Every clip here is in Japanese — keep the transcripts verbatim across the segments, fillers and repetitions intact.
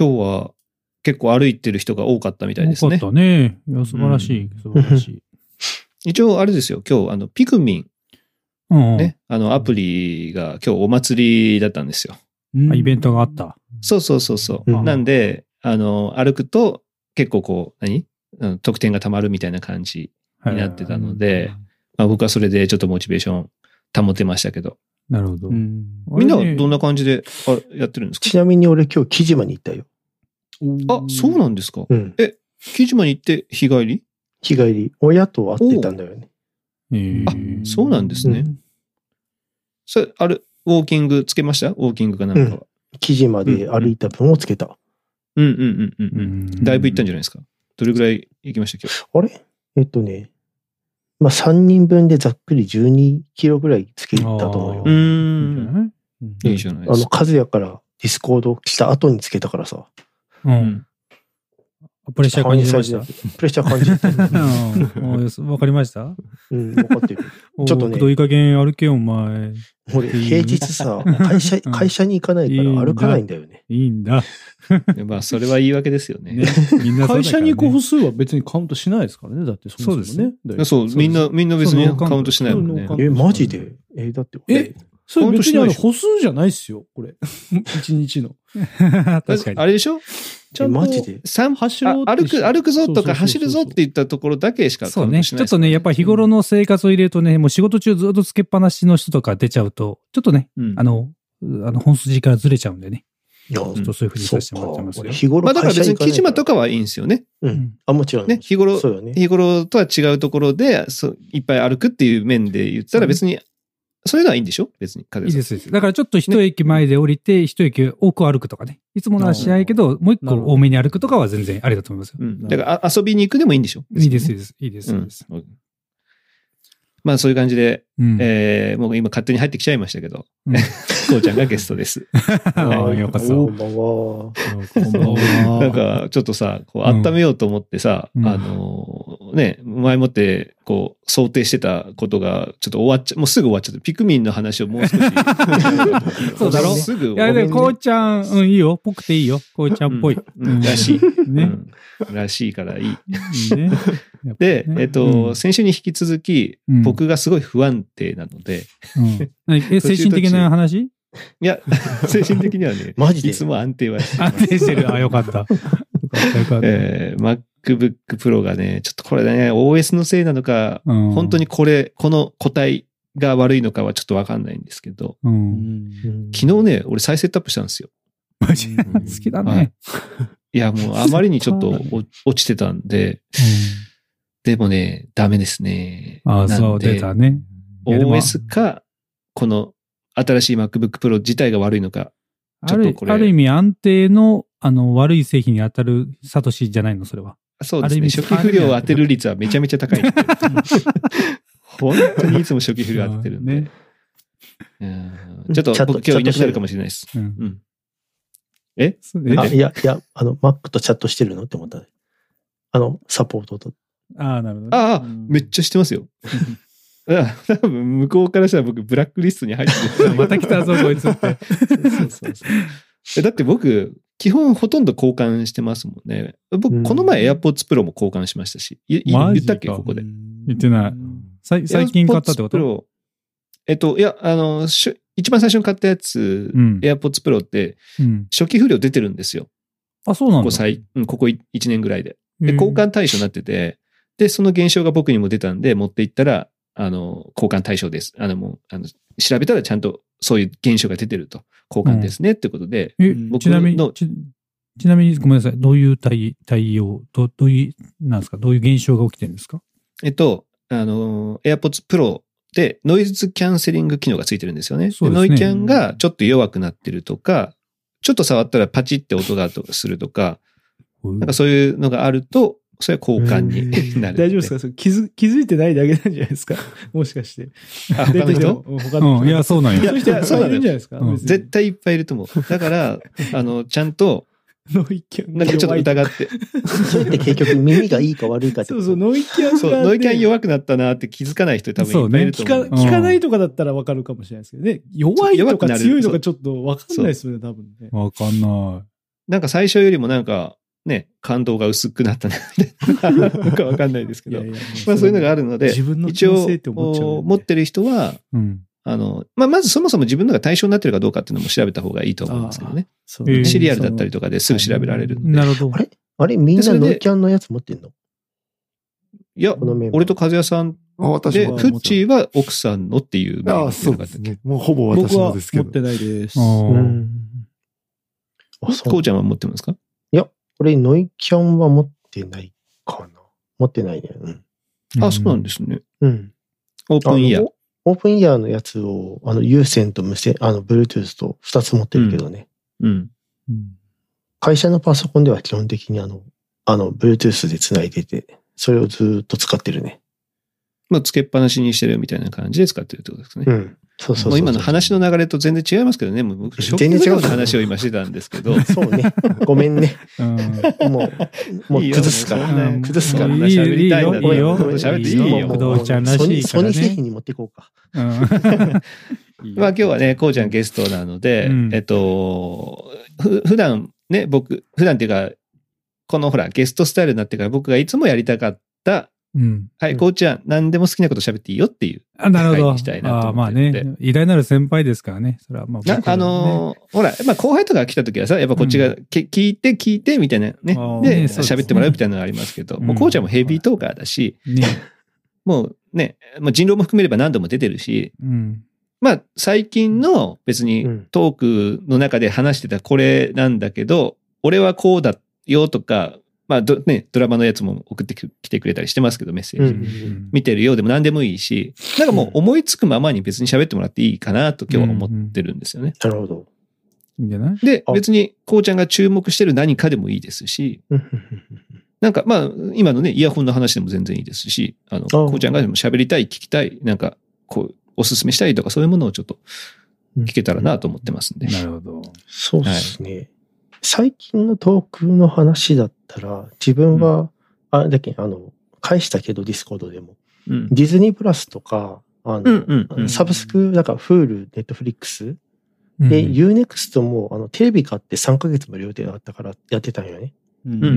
今日は結構歩いてる人が多かったみたいですね。 多かったね。いや、素晴らしい、うん、素晴らしい。 一応あれですよ、今日、あの、ピクミン、 うんうん、 ね、あの、アプリが今日お祭りだったんですよ。 あ、イベントがあった。 そうそうそうそう。うん、なんで、あの、歩くと結構こう、何得点が溜まるみたいな感じになってたので、まあ、僕はそれでちょっとモチベーション保てましたけど。 なるほど。うん、 みんなはどんな感じでやってるんですか？ ちなみに俺今日木島に行ったよ。 あ、そうなんですか？うん、え、木島に行って日帰り？ 日帰り。親と会ってたんだよね。 あ、そうなんですね。うん、それ、あれ、ウォーキングつけました？ウォーキングかなんかは。うん、 木島で歩いた分をつけた。 うんうんうんうんうん。だいぶ行ったんじゃないですか？どれぐらい行きました今日？ あれえっとね、まあさんにんぶんでざっくりじゅうにキロぐらいつけたと思うよ。 うーん。いいじゃないですか。 あの、和也からディスコード来た後につけたからさ。 うん。プレッシャー感じました？ プレッシャー感じた。わかりました？ うん、分かってる。ちょっとね。 どういい加減歩けよ、お前。 俺、平日さ、会社、会社に行かないから歩かないんだよね。 いいんだ。 まあ、それは言い訳ですよね。ね、 みんな会社に行く歩数は別にカウントしないですからね。だってそもそもね。 そうです。そう、みんな、みんな別にカウントしないもんね。 え、マジで？え、だってえ、それ別にあの歩数じゃないっすよ、これ。一日の。 確かに。あれでしょ？ ちゃんと、マジで走ろう歩く、歩くぞとか走るぞって言ったところだけしかカウントしない。 そうね。ちょっとね、やっぱり日頃の生活を入れるとね、もう仕事中ずっとつけっぱなしの人とか出ちゃうと、ちょっとね、うん、あの、あの本筋からずれちゃうんでね。ちょっとそういうふうにさせてもらってますよ。 日頃まあだから別に木島とかはいいんですよね。 うん。あ、もちろん。 ね、日頃、ね、日頃とは違うところで、そう、いっぱい歩くっていう面で言ったら別に、そういうのはいいんでしょ？別に。 いいです。だからちょっと一駅前で降りて、一駅多く歩くとかね。いつものはしないけど、もう一個多めに歩くとかは全然ありだと思いますよ。 うん。だから遊びに行くでもいいんでしょ？ いいです、いいです。いいです、いいです。 まあそういう感じで、えー、もう今勝手に入ってきちゃいましたけど、こうちゃんがゲストです。 ああ、よかった。こんばんは。 なんか、ちょっとさ、こう、温めようと思ってさ、あの、ね、前もって、こう、想定してたことが、ちょっと終わっちゃ、もうすぐ終わっちゃった。ピクミンの話をもう少し。 そうだろ？ すぐ終わっちゃった。いや、で、こうちゃん、うん、いいよ。ぽくていいよ。こうちゃんっぽい。 らしい。ね。らしいからいい。で、えっと、先週に引き続き、僕がすごい不安定なので。 え、精神的な話？ いや、精神的にはね、 マジでいつも安定はして安定してる。あ、よかった。よかったよかった。 えー、MacBook Pro がね、ちょっとこれね、オーエス のせいなのか、うん、本当にこれ、この個体が悪いのかはちょっとわかんないんですけど、うん、昨日ね、俺再セットアップしたんですよ。 マジ好きだね、はい。 いや、もうあまりにちょっと落ちてたんで、うん、でもね、ダメですね。 ああ、そう、出たね。 オーエス か、この新しい MacBook Pro 自体が悪いのか、ちょっとこれ。 ある、ある意味安定の、あの、悪い製品に当たるサトシじゃないの、それは。 そうですね。初期不良を当てる率はめちゃめちゃ高い。本当にいつも初期不良を当ててるんで。ね、ちょっと僕今日いなくなるかもしれないです。うんうん、えあ、いや、いや、あの、Mac とチャットしてるのって思ったね。あの、サポートと。 ああ、なるほど、ね。 ああ、めっちゃしてますよ。多分向こうからしたら僕ブラックリストに入ってる。 また来たぞこいつって。 そうそうそう。だって僕基本ほとんど交換してますもんね。僕この前 AirPods Pro も交換しましたし。言ったっけここで。 言ってない。最近買ったってこと？ えっといやあの一番最初に買ったやつ、うん、AirPods Pro って初期不良出てるんですよ。 あ、そうなんだ。 ここ最ここいちねんぐらいで。で交換対象になってて、でその現象が僕にも出たんで持っていったら。あの、交換対象です。あの、もう、あの、調べたらちゃんとそういう現象が出てると。交換ですね、うん、ってことで。 え、僕ちなみにち、ちなみにごめんなさい。どういう対、対応、どどういう、なんですか？どういう現象が起きてるんですか？えっと、あの、AirPods Pro でノイズキャンセリング機能がついてるんですよね。そうですね。ノイキャンがちょっと弱くなってるとか、ちょっと触ったらパチって音がするとか、なんかそういうのがあると、それは交換になる。 大丈夫ですか？気づ、気づいてないだけなんじゃないですか？もしかして。 あ、他の人？ 他の人。うん、いや、そうなんよ。 そういう人はそういるんじゃないですか？ うん、絶対いっぱいいると思う。だから、あの、ちゃんと、 ノイキャンなんかちょっと疑って。 それって結局耳がいいか悪いかってこと。 そうそう、ノイキャンが、ね。 そう、ノイキャン弱くなったなって気づかない人多分いっぱいいると思う。 そうね。聞か、聞かないとかだったらわかるかもしれないですけどね。弱いとか強いのかちょっとわかんないですよね、多分ね。 わかんない。 なんか最初よりもなんか、ね、感動が薄くなったね。なんかわかんないですけど。いやいやまあそういうのがあるので、 自分の一応、ね、持ってる人は、うん、あの、まあ、まずそもそも自分のが対象になってるかどうかっていうのも調べた方がいいと思いますけどね。そうねシリアルだったりとかですぐ調べられるので。 なるほど。 あれあれみんなノイキャンのやつ持ってんの？ いや、俺と和也さんで、フッチーは奥さんのっていうああ、そうですね。もうほぼ私のですけど。 僕は持ってないです。うん。 あ、そう。こうちゃんは持ってますか？ いや、俺ノイキャンは持ってないかな。持ってないね。うん。 あ、そうなんですね。 うん。 オープンイヤー。 オープンイヤーのやつを、あの、有線と無線、あの、Bluetooth とふたつ持ってるけどね。 うん。うん、 会社のパソコンでは基本的にあの、あの、Bluetooth で繋いでて、それをずっと使ってるね。 まあ、つけっぱなしにしてるみたいな感じで使ってるってことですね。 うん。そうそうそうそう。 もう今の話の流れと全然違いますけどね。もう全然違う話を今してたんですけど。 そうね。ごめんね。うん、もう、もう崩すから。いい崩すから。 喋りたいんだいいよ。 喋っていいよ。 工藤ちゃんらしいからね。 ソニー製品に持っていこうか。 うん、まあ今日はね、こうちゃんゲストなので、うん、えっと、ふ、普段ね、僕、普段っていうか、このほら、ゲストスタイルになってから僕がいつもやりたかった、うん、はい、こうちゃん、何でも好きなこと喋っていいよっていう。 あ、なるほど。 したいなと思って。 あまあね、偉大なる先輩ですからね。それはまあ、ね、 あのー、ほら、まあ後輩とか来た時はさ、やっぱこっちが、うん、聞いて聞いてみたいなね。で、喋、ね、ってもらうみたいなのがありますけど、うん、もうこうちゃんもヘビートーカーだし、ね、もうね、まあ、人狼も含めれば何度も出てるし、うん、まあ最近の別にトークの中で話してたこれなんだけど、俺はこうだよとか、まあど、ね、ドラマのやつも送ってきてくれたりしてますけど、メッセージ。うんうん、見てるようでも何でもいいし、なんかもう思いつくままに別に喋ってもらっていいかなと今日は思ってるんですよね。 なるほど。 いいんじゃない？ で、別にこうちゃんが注目してる何かでもいいですし、なんかまあ、今のね、イヤホンの話でも全然いいですし、あの、こうちゃんが喋りたい、聞きたい、なんか、こう、おすすめしたいとかそういうものをちょっと聞けたらなと思ってますんで。 なるほど。 そうですね。はい、最近のトークの話だったら、自分は、うん、あれだけ、あの、返したけど、ディスコードでも、うん、ディズニープラスとか、あの、うんうんうん、サブスク、なんか、Hulu、Netflix、うん、で、ユーネクスト も、あの、テレビ買ってさんかげつ無料であったからやってたんよね。うんうんうん、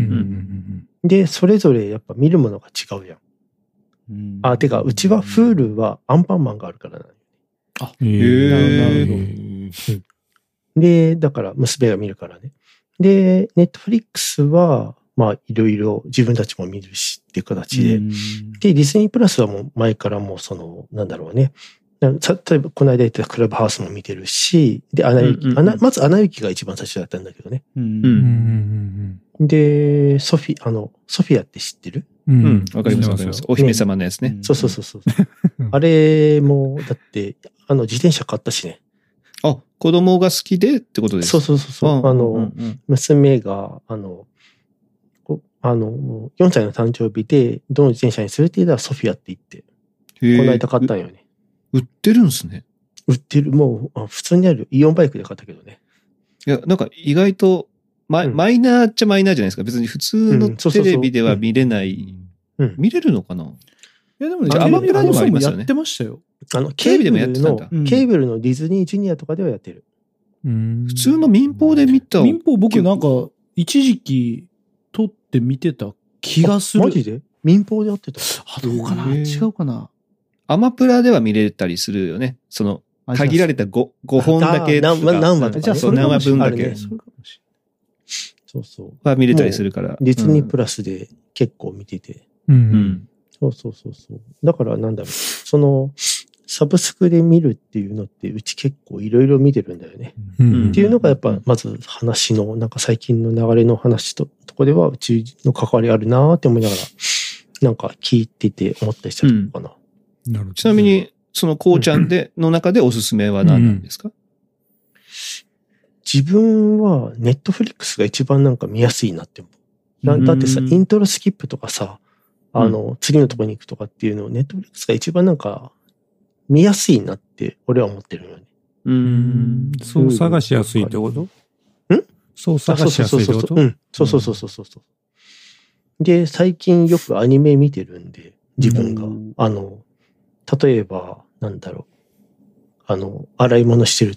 で、それぞれやっぱ見るものが違うやん。うん、あ、てか、うちは Hulu はアンパンマンがあるからな。 あ、へー。 なるほど。うん、で、だから娘が見るからね。で、ネットフリックスは、まあ、いろいろ自分たちも見るしっていう形で。で、ディズニープラスはもう前からもうその、なんだろうね。例えば、この間言ってたクラブハウスも見てるし、で、アナ雪、うんうんうん、まずアナ雪が一番最初だったんだけどね。うんうんうん、で、ソフィ、あの、ソフィアって知ってる？ うん、わかりますわかります。お姫様のやつね。 ね、そうそうそうそう。あれも、だって、あの、自転車買ったしね。 あ、子供が好きでってことですか？ そうそうそう。うん、あの、うんうん、娘が、あの、あの、よんさいの誕生日で、どの自転車にするって言ったらソフィアって言って、この間買ったんよね。 売ってるんですね。 売ってる。もう、普通にあるイオンバイクで買ったけどね。 いや、なんか意外とマ、うん、マイナーっちゃマイナーじゃないですか。別に普通のテレビでは見れない。見れるのかな？いや、でもね、アマプラにもありますよね。やってましたよ。 あの、ケーブルの、ケーブルのディズニージュニアとかではやってる。 うん、普通の民放で見た。 民放僕なんか、一時期撮って見てた気がする。 マジで？民放でやってた？ あ、どうかな？違うかな？ アマプラでは見れたりするよね。その、限られた 5, 5本だけとか。 何話とか、ね。 じゃあ、そう、何話分だけ。 そうそう。 は見れたりするから。 ディズニープラスで結構見てて。うん。うん、そうそうそうそう。だからなんだろう。その、サブスクで見るっていうのって、うち結構いろいろ見てるんだよね。うん、っていうのがやっぱ、まず話の、なんか最近の流れの話と、とこでは、うちの関わりあるなーって思いながら、なんか聞いてて思ったりしたのかな。うんなるほどちなみに、そのこうちゃんで、の中でおすすめは何なんですか？うん、 自分はネットフリックスが一番なんか見やすいなって思う。だってさ、イントロスキップとかさ、あの、うん、次のとこに行くとかっていうのをネットフリックスが一番なんか見やすいなって俺は思ってるよね。 うーん。そう探しやすいってこと？ん？そう探しやすいってこと？ うん。そうそうそうそうそう。で、最近よくアニメ見てるんで、自分が。あの、例えば、なんだろう。あの、洗い物してる時と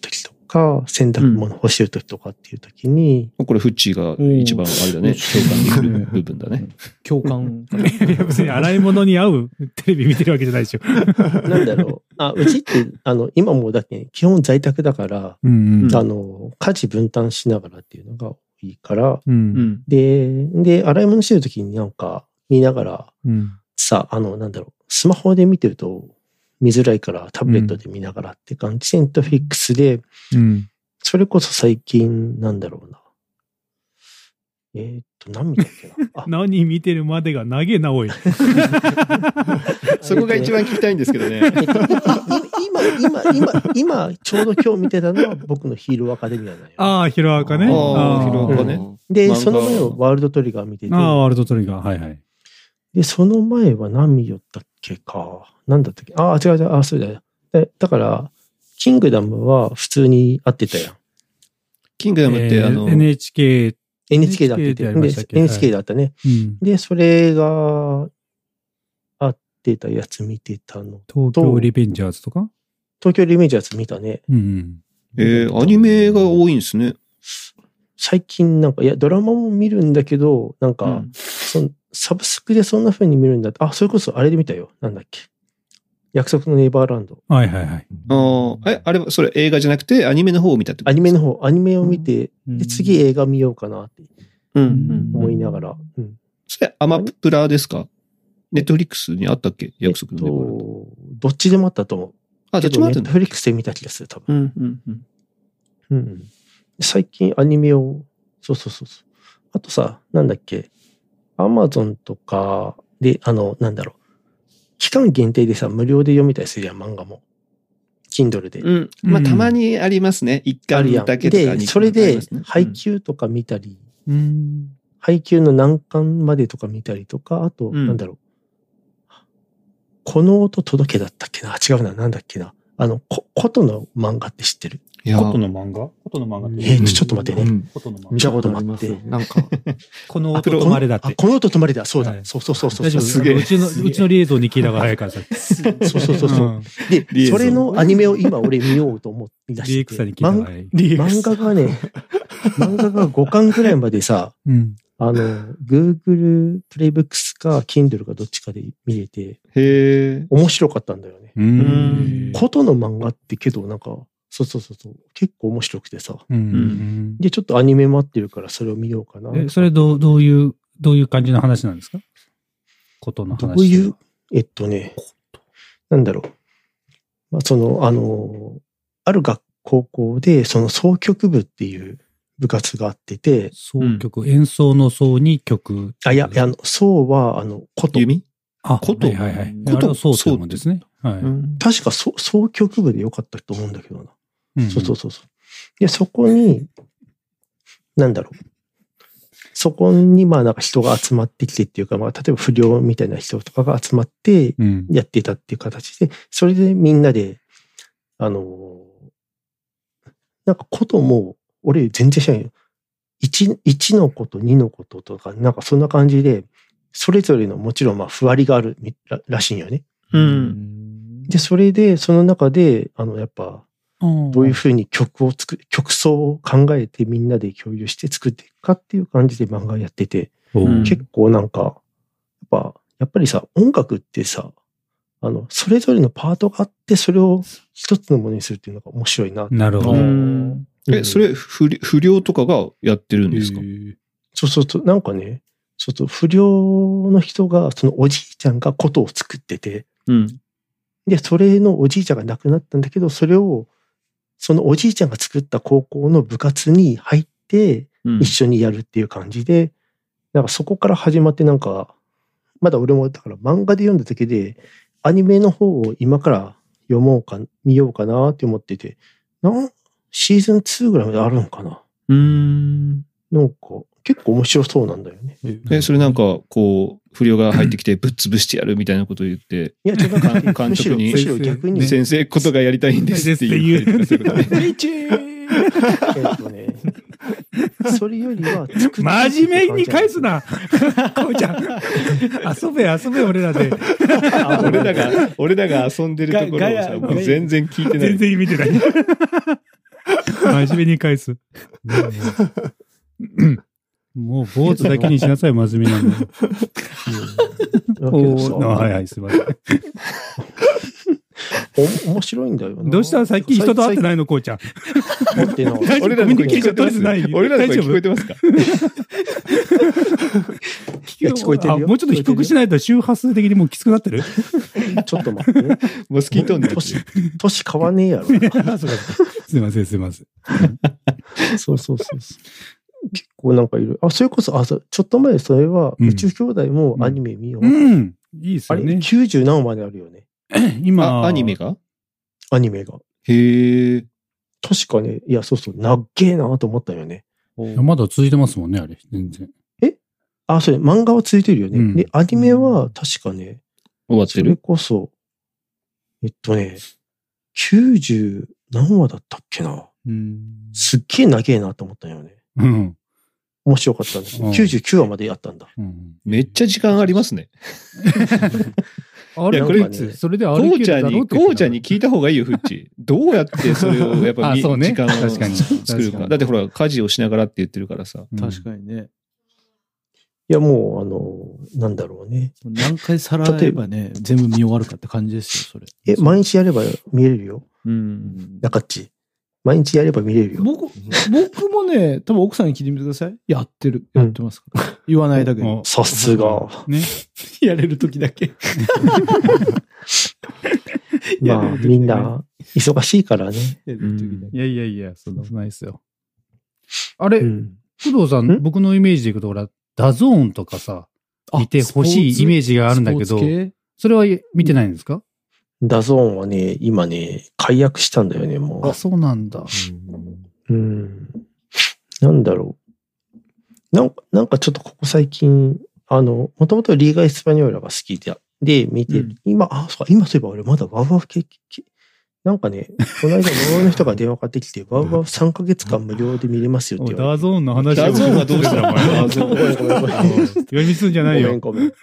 か、洗濯物干してる時とかっていう時に。 うん、これフッチーが一番あれだね。共感できる部分だね。 共感。 いや別に洗い物に合うテレビ見てるわけじゃないでしょ。 なんだろう。あ、うちって、あの、今もうだけ基本在宅だから、うんうん、あの、家事分担しながらっていうのがいいから、うん、で、で、洗い物してる時になんか見ながら、うん、さ、あの、なんだろう、スマホで見てると見づらいからタブレットで見ながらって感じで、ネットフリックスで、うん、それこそ最近なんだろうな。えー、っと、何見たっけな。 何見てるまでが長えな、おい。 そこが一番聞きたいんですけどね。 今、今、今、今、ちょうど今日見てたのは僕のヒーローアカデミアだよ。 ああ、ヒーローアカね。ああ、ヒーローアカね。 で、その前はワールドトリガー見てて。 ああ、ワールドトリガー、はいはい。 で、その前は何見よったっけか。なんだったっけ。ああ、違う違う、ああ、そうだよ。だから、キングダムは普通に合ってたやん。 キングダムって、えー、あの、 エヌエイチケー、 エヌエイチケー だってて、エヌエイチケー だったね。うん、で、それが、合ってたやつ見てたのと。 東京リベンジャーズとか東京リベンジャーズ見たね。うん、 えー、アニメが多いんですね。 最近なんか、いや、ドラマも見るんだけど、なんか、うん、そのサブスクでそんな風に見るんだって、あ、それこそあれで見たよ。なんだっけ。約束のネイバーランド。 はいはいはい。 ああ、え、あれは、それ映画じゃなくてアニメの方を見たってことですか？ アニメの方、アニメを見て、うん、で、次映画見ようかなって、うん、思いながら。うん。 それ、アマプラですか？ネットフリックスにあったっけ？約束のネイバーランド。えっと、 どっちでもあったと思う。 あ、どっちもあったんだ。 ネットフリックスで見た気がする、多分。 うんうんうん。 うん。最近アニメを、そうそうそうそう。あとさ、なんだっけ、アマゾンとかで、あの、なんだろう。期間限定でさ、無料で読めたりするやん、漫画も。Kindle で。 うん。まあ、たまにありますね。一巻だけとかに、 ね。で、それで、配給とか見たり、うん、配給の何巻までとか見たりとか、あと、うん、なんだろう。この音届けだったっけな？違うな、なんだっけな。あの、こ、ことの漫画って知ってる？ ことの漫画ことの漫画って。 えー、ちょっと待ってね。 ことの漫画。じゃあこと待って。 なんか、 この音止まれだって。 この音止まれだ。そうだ。そうそうそうそう。 すげえ。うちの、うちのリエゾンに聞いた方が早いからさ。 そうそうそうそう。で、それのアニメを今俺見ようと思い出して。 リエクサに聞いた方が早い。 漫画がね、漫画がごかんぐらいまでさ、あの、Google プレイブックスか Kindle かどっちかで見れて、 へー。 面白かったんだよね。うん。ことの漫画ってけどなんか、そうそうそうそう。結構面白くてさ。うん、で、ちょっとアニメ待ってるからそれを見ようかな。 え、それどう、どういう、どういう感じの話なんですか？ことの話。 どういう、えっとね、なんだろう。まあ、その、あの、ある学高校で、その奏曲部っていう部活があってて。 奏曲、うん、演奏の奏に曲。 あ、いや、あの、奏は、あの、こと。 弓？ あ、こと。はいはいはい。こと、奏ってもですね。はい。うん、 確か奏、奏曲部でよかったと思うんだけどな。そうそうそうそう。で、そこに、なんだろう。そこに、まあなんか人が集まってきてっていうか、まあ例えば不良みたいな人とかが集まってやってたっていう形で、それでみんなで、あの、なんかことも、俺全然知らないよ。いち、いちのことにのこととか、なんかそんな感じで、それぞれのもちろんまあふわりがある ら, らしいんよね。うん。で、それで、その中で、あの、やっぱ、どういうふうに曲を作る、曲奏を考えてみんなで共有して作っていくかっていう感じで漫画やってて、うん、結構なんか、やっぱ、やっぱりさ、音楽ってさ、あの、それぞれのパートがあって、それを一つのものにするっていうのが面白いな。 なるほど。 え、それ不、不良とかがやってるんですか？ そうそうそう、なんかね、ちょっと不良の人が、そのおじいちゃんが琴を作ってて、うん、で、それのおじいちゃんが亡くなったんだけど、それを、そのおじいちゃんが作った高校の部活に入って一緒にやるっていう感じで、うん、なんかそこから始まってなんか、まだ俺もだから漫画で読んだだけで、アニメの方を今から読もうか、見ようかなって思ってて、なんシーズンツーぐらいまであるのかな。うーん。なんか結構面白そうなんだよね。 え、それなんかこう、不良が入ってきてぶっ潰してやるみたいなことを言って、 いや、ちょっと監督に、 むしろ逆に、先生ことがやりたいんですって言う。えっとね、それよりは作って、 真面目に返すなこうちゃん。遊べ遊べ俺らで。 俺らが、俺らが遊んでるところをさ、もう全然聞いてない。 全然見てない。 真面目に返す。もう、坊主だけにしなさい、真面目なの。おはいはい、すいません。 お、面白いんだよな。 どうしたら最近人と会ってないの、こうちゃん。 俺らの声聞こえてますね。俺らの声聞こえてますか？ 聞こえてるよ。 もうちょっと低くしないと周波数的にもうきつくなってる？ ちょっと待ってね。 モスキートンで。 年、年変わんねえやろ。 すいません、すいません。 そうそうそう。結構なんかいる。あ、それこそ、あ、ちょっと前それは、宇宙兄弟もアニメ見よう。 うん。いいっすよね。 あれ、きゅうじゅう何話まであるよね。 今。 アニメがアニメが。 へえ。 確かね、いや、そうそう、なっげえなと思ったよね。 まだ続いてますもんね、あれ、全然。 えあ、それ、漫画は続いてるよね。うん、で、アニメは確かね、 終わってる。 それこそ、えっとね、きゅうじゅう何話だったっけな。うん、すっげえ長えなと思ったよね。うん。面白かったんです。きゅうじゅうきゅうわまでやったんだ。 うん、めっちゃ時間ありますね。 あれ、これ、それで歩けるだろうって。こうちゃんに聞いた方がいいよ、フッチ。どうやってそれをやっぱり、時間を作るか。だってほら、家事をしながらって言ってるからさ。 確かにね。 いや、もう、あの、なんだろうね。 何回さらえばね、全部見終わるかって感じですよ、それ。 え、毎日やれば見れるよ。うん。中っち。毎日やれば見れるよ。 僕、僕もね、多分奥さんに聞いてみてください。やってる。やってますから。うん、言わないだけで。 さすが。 ね。やれるときだけ。 まあ、みんな、忙しいからね。 うん、いやいやいや、そんなことないですよ。あれ、うん、工藤さん、僕のイメージでいくと、ほら、ダゾーンとかさ、見てほしいイメージがあるんだけど、それは見てないんですか？ ダゾーンはね、今ね、解約したんだよね、もう。 あ、そうなんだ。 うん。なんだろう。なんか、なんかちょっとここ最近、あの、もともとリーガ・エスパニョーラが好きで、で、見て、うん、今、あ、そうか、今そういえば俺まだワウワウ系、なんかね、この間、ワウワウの人が電話かかってきて、ワウワウさんかげつかん無料で見れますよって言われて。 ダゾーンの話ダゾーンはどうしたのお前。ダゾーン。ごめんごめんごめん。 読みすんじゃないよ。 ごめんごめん。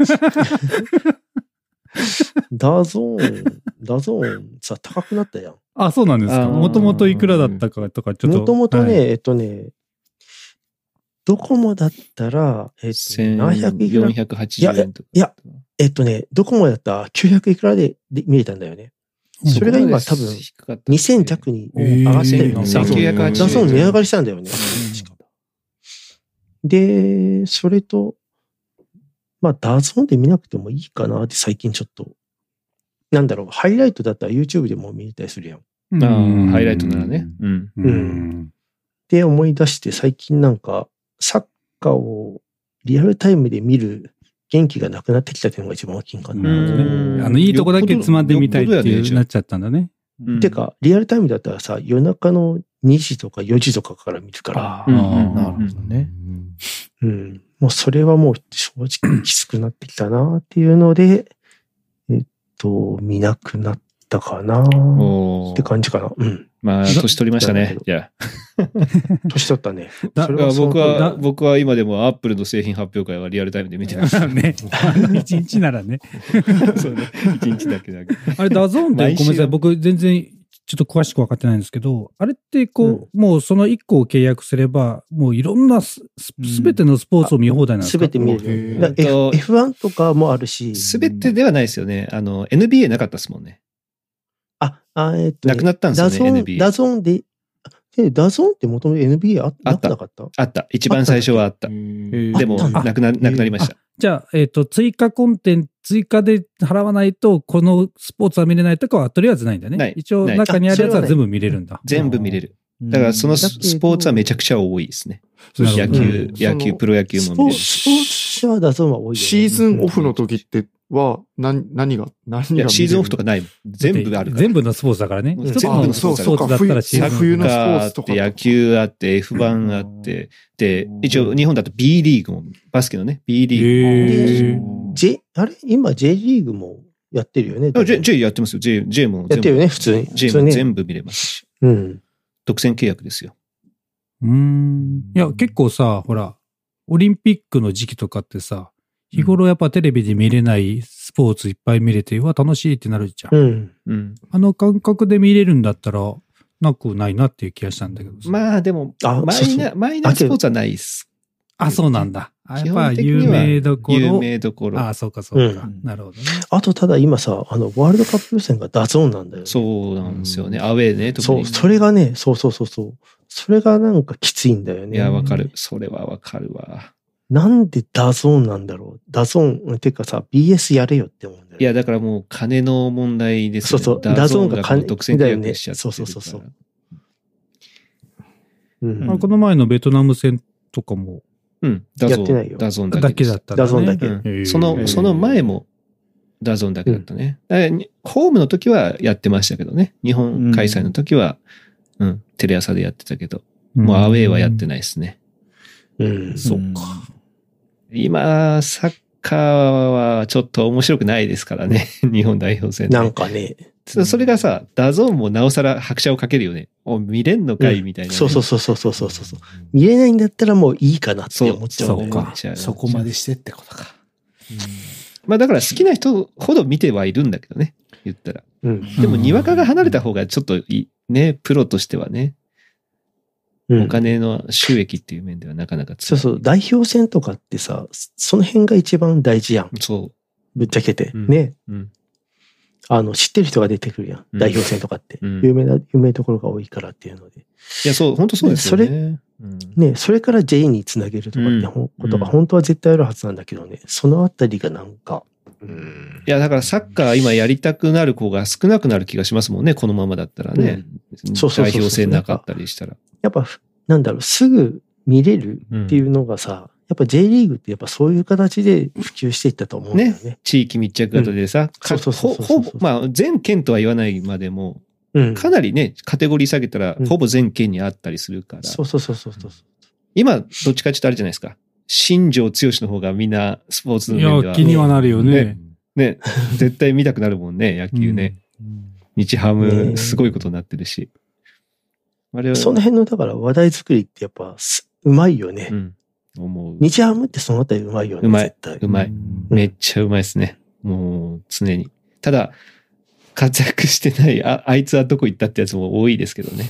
ダゾーン、ダゾーンさ、高くなったやん。 あ、そうなんですか。もともといくらだったかとか、ちょっと。 もともとね、はい、えっとね、ドコモだったら、えっと、ななひゃくいくら。 よんひゃくはちじゅうえんとか。 いや、いや、えっとね、ドコモだったらきゅうひゃくいくらで見れたんだよね。それが今多分、にせん弱に上がってるの。ダゾーン値上がりしたんだよね。で、それと、まあ、ダゾーンで見なくてもいいかなって最近ちょっと、なんだろう、ハイライトだったら YouTube でも見れたりするやん。 ああ、ハイライトならね。 うん。うん。って思い出して最近なんか、サッカーをリアルタイムで見る元気がなくなってきたっていうのが一番大きいんかな。 あの、いいとこだけつまんでみたいっていうなっちゃったんだね。 てか、リアルタイムだったらさ、夜中のにじとかよじとかから見るから。 ああ、なるほどね。 うん。もうそれはもう正直きつくなってきたなっていうので、えっと、見なくなったかなって感じかな。うん。 まあ、年取りましたね。いや。 年取ったね。 それは僕は、僕は今でもアップルの製品発表会はリアルタイムで見てます。 ね。一日ならね。 そうね。一日だけだけ。 あれ、ダゾーンってごめんなさい。僕全然ちょっと詳しく分かってないんですけど、あれってこう、うん、もうそのいっこを契約すれば、もういろんなすべてのスポーツを見放題なんですか？ すべて見れる。エフワン とかもあるし。 すべてではないですよね。あの、エヌビーエー なかったですもんね。 あ、あえっと、ね。 なくなったんですよね、エヌビーエー。 ダゾーンで、え、ダゾーンってもともと エヌビーエー あったなかったあった。一番最初はあった。でも、なくな、なくなりました。 じゃあ、えっと、追加コンテンツ、追加で払わないと、このスポーツは見れないとかはとりあえずないんだね。ない。一応、中にあるやつは全部見れるんだ。 全部見れる。だから、そのスポーツはめちゃくちゃ多いですね。野球、野球、プロ野球も見れる。 スポーツはダゾーンは多い。 シーズンオフの時っては、何、何が、何が。いや、 シーズンオフとかないもん。全部あるから。 全部のスポーツだからね。 全部のスポーツだったらシーズン。 冬のスポーツとか。 野球あって、エフワン あって、で、一応日本だと B リーグも、バスケのね、B リーグ。J、あれ今 J リーグもやってるよね。 J、J やってますよ。J、J も。 やってるよね、普通に。 J も全部見れますし。うん。独占契約ですよ。 うん。いや、結構さ、ほら、オリンピックの時期とかってさ、日頃やっぱテレビで見れないスポーツいっぱい見れて、うわ、楽しいってなるじゃん。うん。うん。あの感覚で見れるんだったら、 なくないなっていう気がしたんだけど。 まあでも、マイナー、マイナースポーツはないっす。 あ、そうなんだ。やっぱ有名どころ。 有名どころ。 ああ、そうかそうか、うん。なるほどね。 あとただ今さ、あの、ワールドカップ予選がダゾーンなんだよね。 そうなんですよね。アウェーね、 特に。そう、それがね、そうそうそうそう。それがなんかきついんだよね。 いや、わかる。それはわかるわ。 なんでダゾーンなんだろう。ダゾーン、てかさ、ビーエス やれよって思うんだよね。 いや、だからもう金の問題ですよね。 そうそう、ダゾーンが金独占契約しちゃってるから。 そうそうそうそう。 うん、あこの前のベトナム戦とかも。 うん、ダゾーン。ダゾーンだけ。 だけだったんだね。 ダゾーンだけ。 うん、その、その前もダゾーンだけだったね。うん、ホームの時はやってましたけどね。日本開催の時は、うん、うん、テレ朝でやってたけど、うん、もうアウェーはやってないですね。 うん、うん、 そっか。 今、サッカーはちょっと面白くないですからね。日本代表戦、 ね。なんかね。 それがさ、ダゾーンもなおさら拍車をかけるよね。お、見れんのかい、みたいな、ねうん。そうそうそうそうそうそうそう。見れないんだったらもういいかなって思っちゃう。 そうか。そこまでしてってことか。 うん、まあだから好きな人ほど見てはいるんだけどね。言ったら。うん、でもにわかが離れた方がちょっといい。ね、プロとしてはね。うん、お金の収益っていう面ではなかなかそうそう。代表戦とかってさ、その辺が一番大事やん。 そう。 ぶっちゃけて。うん、ね。うんあの、知ってる人が出てくるやん。代表戦とかって。うん、有名な、有名なところが多いからっていうので。 いや、そう、本当そうですよね。 それ、うん、ね、それから J につなげるとかってことが本当は絶対あるはずなんだけどね。そのあたりがなんか、 うん。いや、だからサッカー今やりたくなる子が少なくなる気がしますもんね。このままだったらね。うん、そうそうそうそう。代表戦なかったりしたら。 やっぱ、なんだろう、すぐ見れるっていうのがさ、うんやっぱ J リーグってやっぱそういう形で普及していったと思うんだよね。ね地域密着型でさ、うん、そうそうそうそうほぼ、まあ全県とは言わないまでも、うん、かなりね、カテゴリー下げたら、ほぼ全県にあったりするから。うん、 そうそうそうそうそう。 今、どっちかちょっとあるじゃないですか。新庄剛志の方がみんなスポーツの面では。 いや、気にはなるよね。 ね、ね絶対見たくなるもんね、野球ね。うん、日ハム、すごいことになってるし。 あれはその辺の、だから話題作りってやっぱ、うまいよね。うん思う。 日ハムってそのあたりうまいよね。 うまい。うまい。めっちゃうまいですね。もう常に。ただ、活躍してない、あ、あいつはどこ行ったってやつも多いですけどね。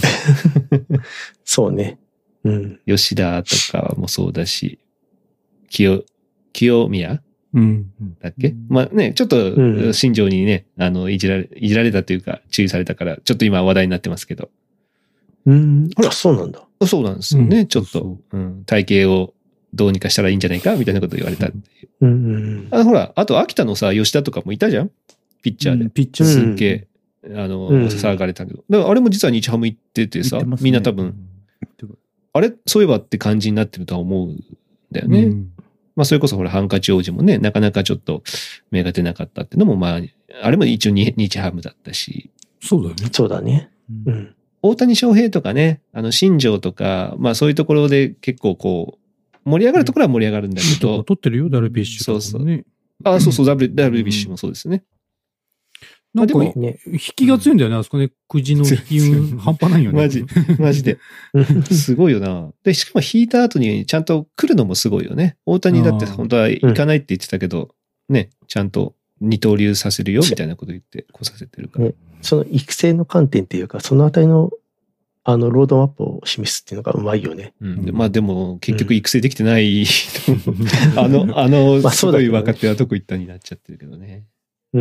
そうね。うん。 吉田とかもそうだし、清、清宮うん。だっけ、うん、まあね、ちょっと、新庄にね、あの、いじられ、いじられたというか、注意されたから、ちょっと今話題になってますけど。 うん。あら、そうなんだ。 そうなんですよね、うん、ちょっと、うん。体型をどうにかしたらいいんじゃないかみたいなこと言われたっていう。うんうん、あほら、あと秋田のさ、吉田とかもいたじゃんピッチャーで。うん、 ピッチャーすっげえ、あの、うん、騒がれたけど。だからあれも実は日ハム行っててさ、ね、みんな多分、あれそういえばって感じになってるとは思うんだよね。うん、まあそれこそほら、ハンカチ王子もね、なかなかちょっと目が出なかったっていうのも、まあ、あれも一応日ハムだったし。 そうだよね。 そうだね。 うん。大谷翔平とかね、あの、新庄とか、まあそういうところで結構こう、盛り上がるところは盛り上がるんだけど。 うん、取ってるよ、ダルビッシュとか、ね。 そうそう。あ、そうそう、ダルビッシュもそうですね。 なんか、ね、引きが強いんだよね、あそこね。くじの引き半端ないよね。 マジ、マジで。すごいよな。で、しかも引いた後にちゃんと来るのもすごいよね。大谷だって本当は行かないって言ってたけど、ね、ちゃんと二刀流させるよみたいなこと言って来させてるから。ね、 その育成の観点っていうか、そのあたりの、あの、ロードマップを示すっていうのがうまいよね。 うん、でまあでも、結局育成できてない、うん、あの、あの、すごい若手はどこ行ったになっちゃってるけどね。 うん。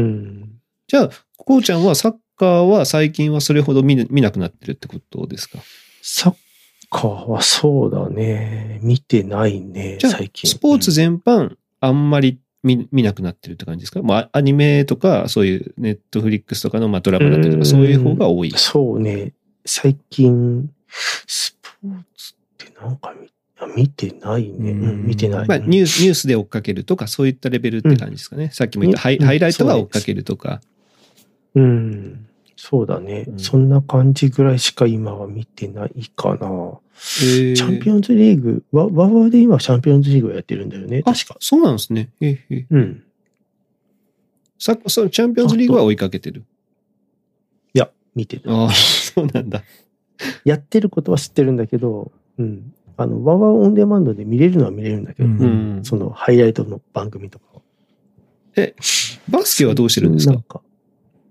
じゃあ、こうちゃんはサッカーは最近はそれほど見見なくなってるってことですか？ サッカーはそうだね。見てないね、最近。 スポーツ全般、あんまり見見なくなってるって感じですか？まあ、アニメとか、そういうネットフリックスとかのまあドラマだったりとか、そういう方が多い。 そうね。最近、スポーツってなんか見、見てないね。うん、見てない。 まあ、ニュース、ニュースで追っかけるとか、そういったレベルって感じですかね。うん、さっきも言ったハイ、ハイライトは追っかけるとか。 うん、そうだね、うん。そんな感じぐらいしか今は見てないかな。えー、チャンピオンズリーグ、ワワワで今チャンピオンズリーグをやってるんだよね。確か。 そうなんですね。えー、 うん。 さ、そのチャンピオンズリーグは追いかけてる？ いや、見てる。 ああ、そうなんだ。 やってることは知ってるんだけど、うん。あの、ワワオンデマンドで見れるのは見れるんだけど、うん、そのハイライトの番組とかは。 え、バスケはどうしてるんですか？なんか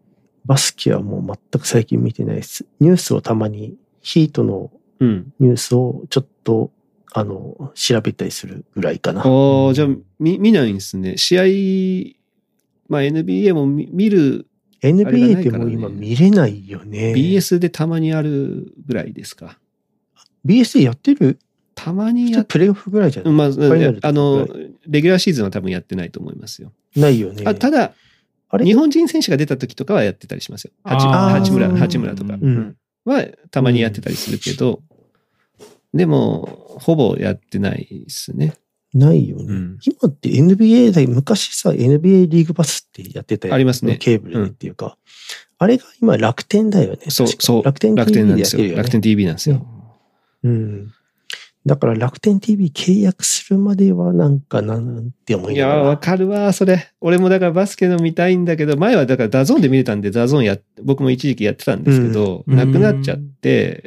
バスケはもう全く最近見てないです。ニュースをたまに、ヒートのニュースをちょっと、あの、調べたりするぐらいかな。 ああ、じゃあ、見、見ないんですね。試合、まあ エヌビーエー も見、見る、 エヌビーエー ってもう今見れないよね。 ビーエス でたまにあるぐらいですか。 ビーエス でやってる？ たまにやっプレイオフぐらいじゃない？ まあ、あの、レギュラーシーズンは多分やってないと思いますよ。 ないよね。 あ、ただ、あれ日本人選手が出た時とかはやってたりしますよ。八村、八村とかはたまにやってたりするけど、うん、でも、ほぼやってないですね。 ないよね。うん、今って エヌビーエー だけ昔さ、エヌビーエー リーグパスってやってたよ。 ありますね。 ケーブルでっていうか。うん、あれが今楽天だよね。 そう、そう。 楽天 ティービー でやってるよね。 楽天 ティービー なんですよ。 うん。だから楽天 ティービー 契約するまではなんかなんて思いながら。 いや、わかるわ、それ。俺もだからバスケの見たいんだけど、前はだからダゾーンで見れたんで、ダゾーンや、僕も一時期やってたんですけど、うん、なくなっちゃって、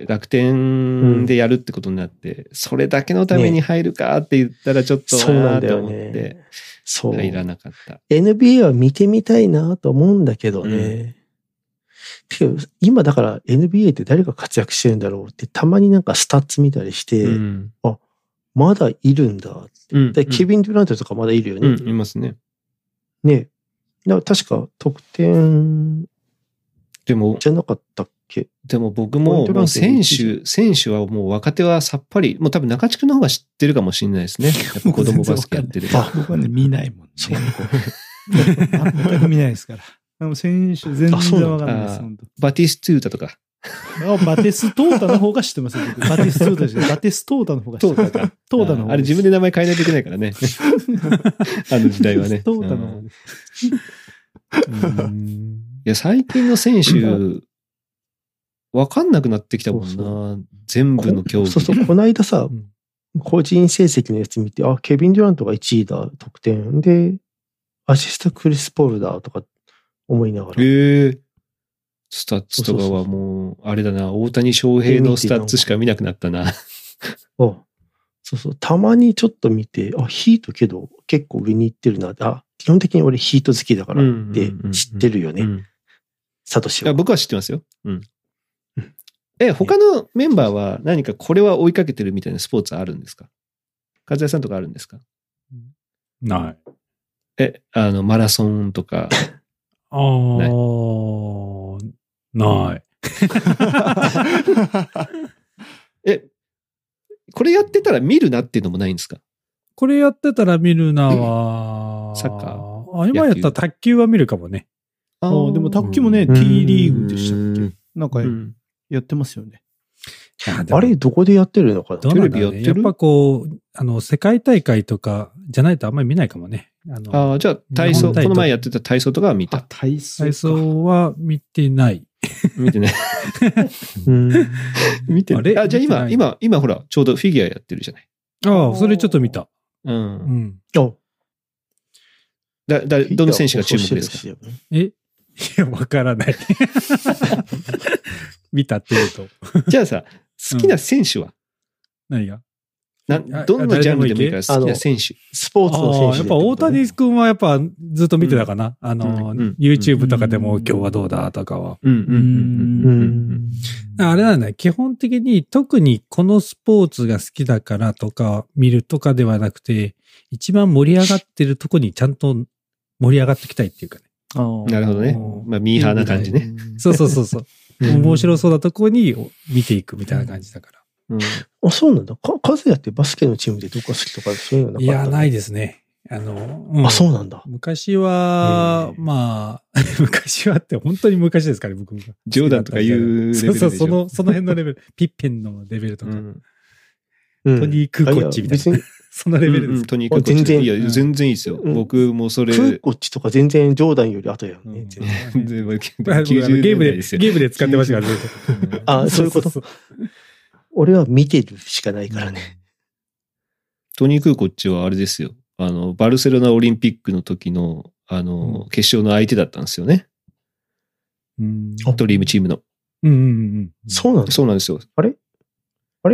楽天でやるってことになって、うん、それだけのために入るかって言ったらちょっとなと思って、そう入らなかった。 エヌビーエー は見てみたいなと思うんだけどね。うん今だから エヌビーエー って誰が活躍してるんだろうってたまになんかスタッツ見たりして、うん、あ、まだいるんだって。うん、でケビン・デュラントとかまだいるよね。 うん、いますね。 ね。だから確か得点でもじゃなかったっけ？ でも僕ももう選手、選手はもう若手はさっぱり、もう多分中地区の方が知ってるかもしれないですね。やっぱ子供バスケやってる。 あ、僕はね、見ないもんね。そう。全く見ないですから。でも選手全然わかんないです。 バティストゥータとか。 あバテストータの方が知ってますよ。バティストゥータじゃない。バテストータの方が知ってます。トータか。トータの方。 あれ自分で名前変えないといけないからね。あの時代はね。 トータの方です。 いや、最近の選手、わかんなくなってきたもんな。そうそう全部の競技。 そうそう、この間さ、個人成績のやつ見て、あ、ケビン・デュラントがいちいだ、得点。で、アシストクリス・ポールだ、とか思いながら。 へえ。スタッツとかはもう、あれだな、大谷翔平のスタッツしか見なくなったな。あ、 そうそう、たまにちょっと見て、あ、ヒートけど結構上に行ってるな。あ、基本的に俺ヒート好きだからって知ってるよね。サトシは。 僕は知ってますよ。うん。え、他のメンバーは何かこれは追いかけてるみたいなスポーツあるんですか？和也さんとかあるんですか？ ない。 え、あの、マラソンとか。 ああ、ない。 え、これやってたら見るなっていうのもないんですか？ これやってたら見るなは、 サッカー。 あ、今やったら卓球は見るかもね。 ああ、でも卓球もね、T リーグでしたっけ？なんかやってますよね。 あれ、どこでやってるのかな？ テレビやってる？やっぱこう、あの、世界大会とかじゃないとあんまり見ないかもね。 あのあ、じゃあ体操、この前やってた体操とかは見た。 体操。 体操は見てない。 見てない。うん、見てない。あ、じゃあ今、今、今ほら、ちょうどフィギュアやってるじゃない。 ああ、それちょっと見た。 うん。うん。だ、だ、どの選手が注目ですか？ えいや、わからない。見たって言うと。じゃあさ、好きな選手は、うん、 何がなどんなジャンルでもいいから好きな選手。 スポーツの選手、ね。 やっぱ大谷君はやっぱずっと見てたかな。うん、あの、うん、YouTube とかでも、うん、今日はどうだとかは。うん。あれなんだね。基本的に特にこのスポーツが好きだからとか見るとかではなくて、一番盛り上がってるとこにちゃんと盛り上がってきたいっていうかね。 なるほどね。まあミーハーな感じね。 そうそうそうそう。面白そうなとこに見ていくみたいな感じだから。 うん、あ、そうなんだ。か、カズヤってバスケのチームでどこが好きとかそういうのなかった？ いや、ないですね。あの、 うん、あ、そうなんだ。 昔は、まあ、昔はって本当に昔ですからね、僕も。 ジョーダンとかいうレベルでしょ。 そうそう、その、その辺のレベル。ピッペンのレベルとか。うん、トニー・クーコッチみたいな。そのレベルです。うんうん、 トニー・クーコッチ。全然、いや、全然いいですよ。うん、僕もそれ。 クーコッチとか全然ジョーダンより後やんね。 全然。ゲームで、ゲームで使ってましたからね。 あ、そういうこと。俺は見てるしかないからね。 トニー・クーコッチはあれですよ。あの、バルセロナオリンピックの時の、あの、うん、決勝の相手だったんですよね。うん、ドリームチームの。 うんうんうん。 そうなんですそうなんですよ。 あれあれ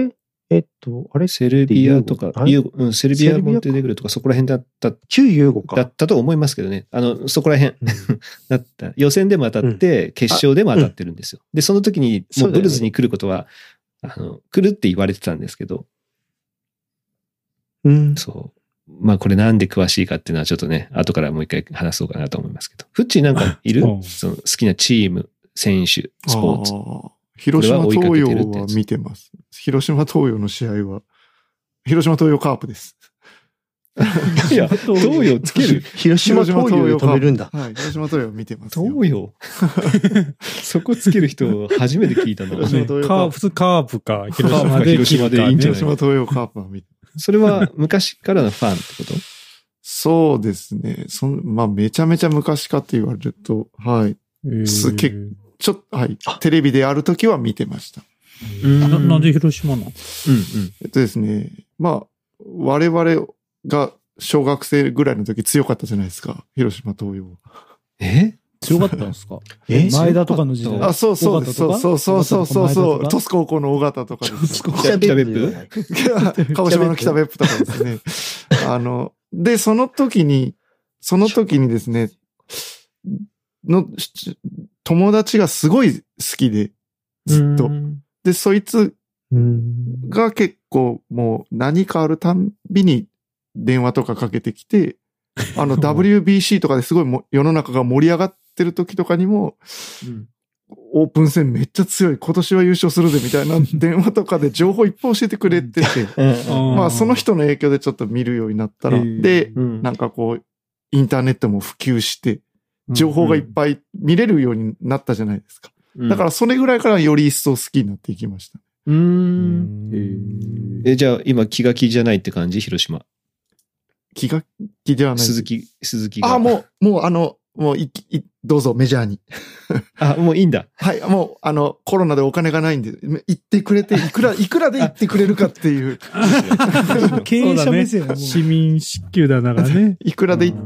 えっと、あれセルビアとか、ユーゴ、うん、セルビア、モンテネグロとかそこら辺だった。 旧ユーゴか。 だったと思いますけどね。あの、そこら辺、うん、だった。予選でも当たって、うん、決勝でも当たってるんですよ。で、その時に、もうブルズに来ることは、ね、あの、来るって言われてたんですけど。 うん。 そう。まあ、これなんで詳しいかっていうのはちょっとね、後からもう一回話そうかなと思いますけど。フッチーなんかいるその好きなチーム、選手、スポーツ。 広島東洋は見てます。広島東洋の試合は、広島東洋カープです。 いや、東洋つける。 広島東洋で止めるんだ。 はい、広島東洋見てますよ。東洋そこつける人初めて聞いたの。 ね、カープ、カープか、広島で。 広島でいいんじゃない？ 広島東洋カープは見てます。 それは昔からのファンってこと？ そうですね。そんまあ、めちゃめちゃ昔かって言われると、はい。すけちょっと、はい。テレビでやるときは見てました。 な, なんで広島なの？うんうん。 えっとですね。まあ、我々が小学生ぐらいの時強かったじゃないですか。広島東洋。 え強かったんですか？ え前田とかの時代。 あ、そうそうです。そうそうそうそうそうそう。鳥栖高校の尾形とかです。 北別府鹿児島の北別府とかですね。あの、で、その時に、その時にですね、の、友達がすごい好きで、ずっと。で、そいつが結構もう何かあるたんびに電話とかかけてきて、あの ダブリュービーシー とかですごいも世の中が盛り上がってる時とかにも、うん、オープン戦めっちゃ強い、今年は優勝するぜみたいな電話とかで情報いっぱい教えてくれてて、まあその人の影響でちょっと見るようになったら、で、うん、なんかこう、インターネットも普及して、情報がいっぱい見れるようになったじゃないですか。うん、だからそれぐらいからより一層好きになっていきました。 うーん。え、じゃあ今気が気じゃないって感じ？広島。 気が気ではない。 鈴木、鈴木が。 あ、もう、もうあの、もうい、い、どうぞメジャーに。 あ、もういいんだ。 はい、もうあの、コロナでお金がないんで、行ってくれて、いくら、いくらで行ってくれるかっていう。 経営者目線、 ね、市民支給だながね。 いくらで行って、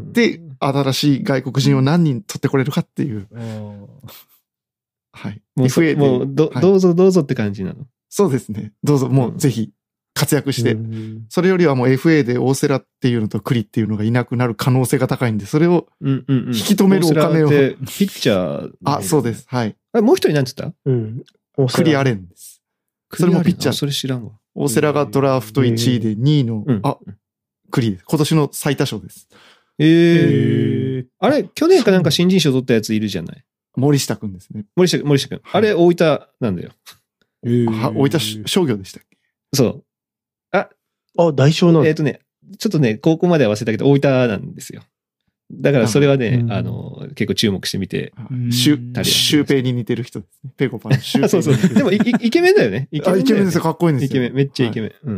新しい外国人を何人取ってこれるかっていう。はい。 もう、エフエー でもうど、はい、どうぞどうぞって感じなの？ そうですね。どうぞ、もうぜひ活躍して。それよりはもう エフエー で大瀬良っていうのとクリっていうのがいなくなる可能性が高いんで、それを引き止めるお金を。 うんうんうん、ピッチャー。 あ、そうです。はい。 あれ、もう一人何て言った？ うん。クリアレンです。それもピッチャー。 それ知らんわ。 大瀬良がドラフトいちいでにいの、うん、あ、クリです。今年の最多勝です。 えー、あれ、去年かなんか新人賞取ったやついるじゃない？ 森下くんですね。 森下、森下くん。あれ、大分なんだよ。 えー、大分商業でしたっけ？ そう。あ、 あ、大商なんだ。 えっとね、ちょっとね、高校までは忘れたけど、大分なんですよ。だからそれはね、あの、結構注目してみて。 シュ、シュウペイに似てる人ですね。ペコパのシュウペイ。 そうそう。でもイ、イケメンだよね。 イケメン、ね。イケメンですよ。かっこいいんですよ。 イケメン、めっちゃイケメン。はい、うん。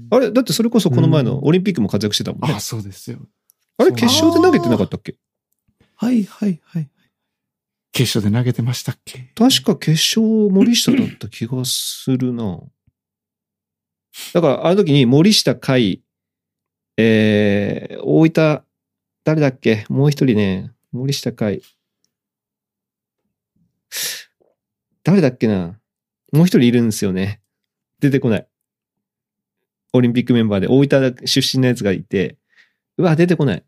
あれ、だってそれこそこの前のオリンピックも活躍してたもんね。 あ、そうですよ。 あれ、決勝で投げてなかったっけ？ はいはいはい。決勝で投げてましたっけ？ 確か決勝森下だった気がするな。だから、あの時に森下海、えー、大分、誰だっけ？もう一人ね、森下海。誰だっけな？もう一人いるんですよね。出てこない。オリンピックメンバーで大分出身のやつがいて、うわ、出てこない。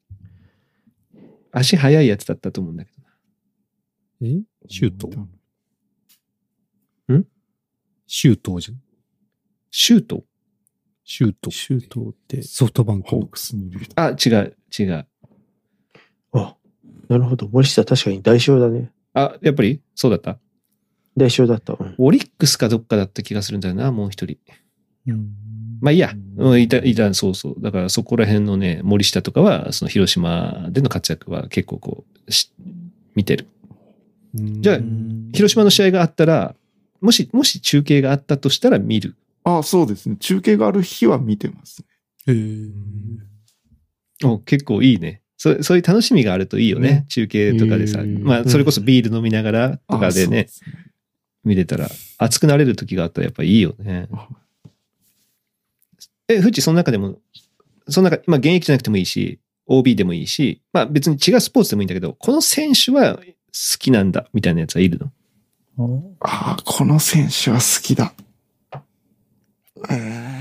足速いやつだったと思うんだけどな。 え？シュート？ ん？ シュートじゃん。 シュート？ シュート。 シュートってソフトバンク。 ホークスにいる人。 あ、違う、違う。 あ、なるほど。森下確かに代償だね。 あ、やっぱりそうだった？ 代償だった。うん、 オリックスかどっかだった気がするんだよな、もう一人。 うん、 まあいいや。うん、いた、いた、そうそう。だからそこら辺のね、森下とかは、その広島での活躍は結構こう、し見てる。じゃあ、広島の試合があったら、もし、もし中継があったとしたら見る。 ああ、そうですね。中継がある日は見てますね。へー。 お、結構いいね。そ, そういう楽しみがあるといいよね。ね、中継とかでさ。まあ、それこそビール飲みながらとかでね、うん、でね見れたら、熱くなれる時があったらやっぱいいよね。え、フッチその中でも、その中、まあ現役じゃなくてもいいし、オービー でもいいし、まあ別に違うスポーツでもいいんだけど、この選手は好きなんだ、みたいなやつはいるの？ ああ、この選手は好きだ。 え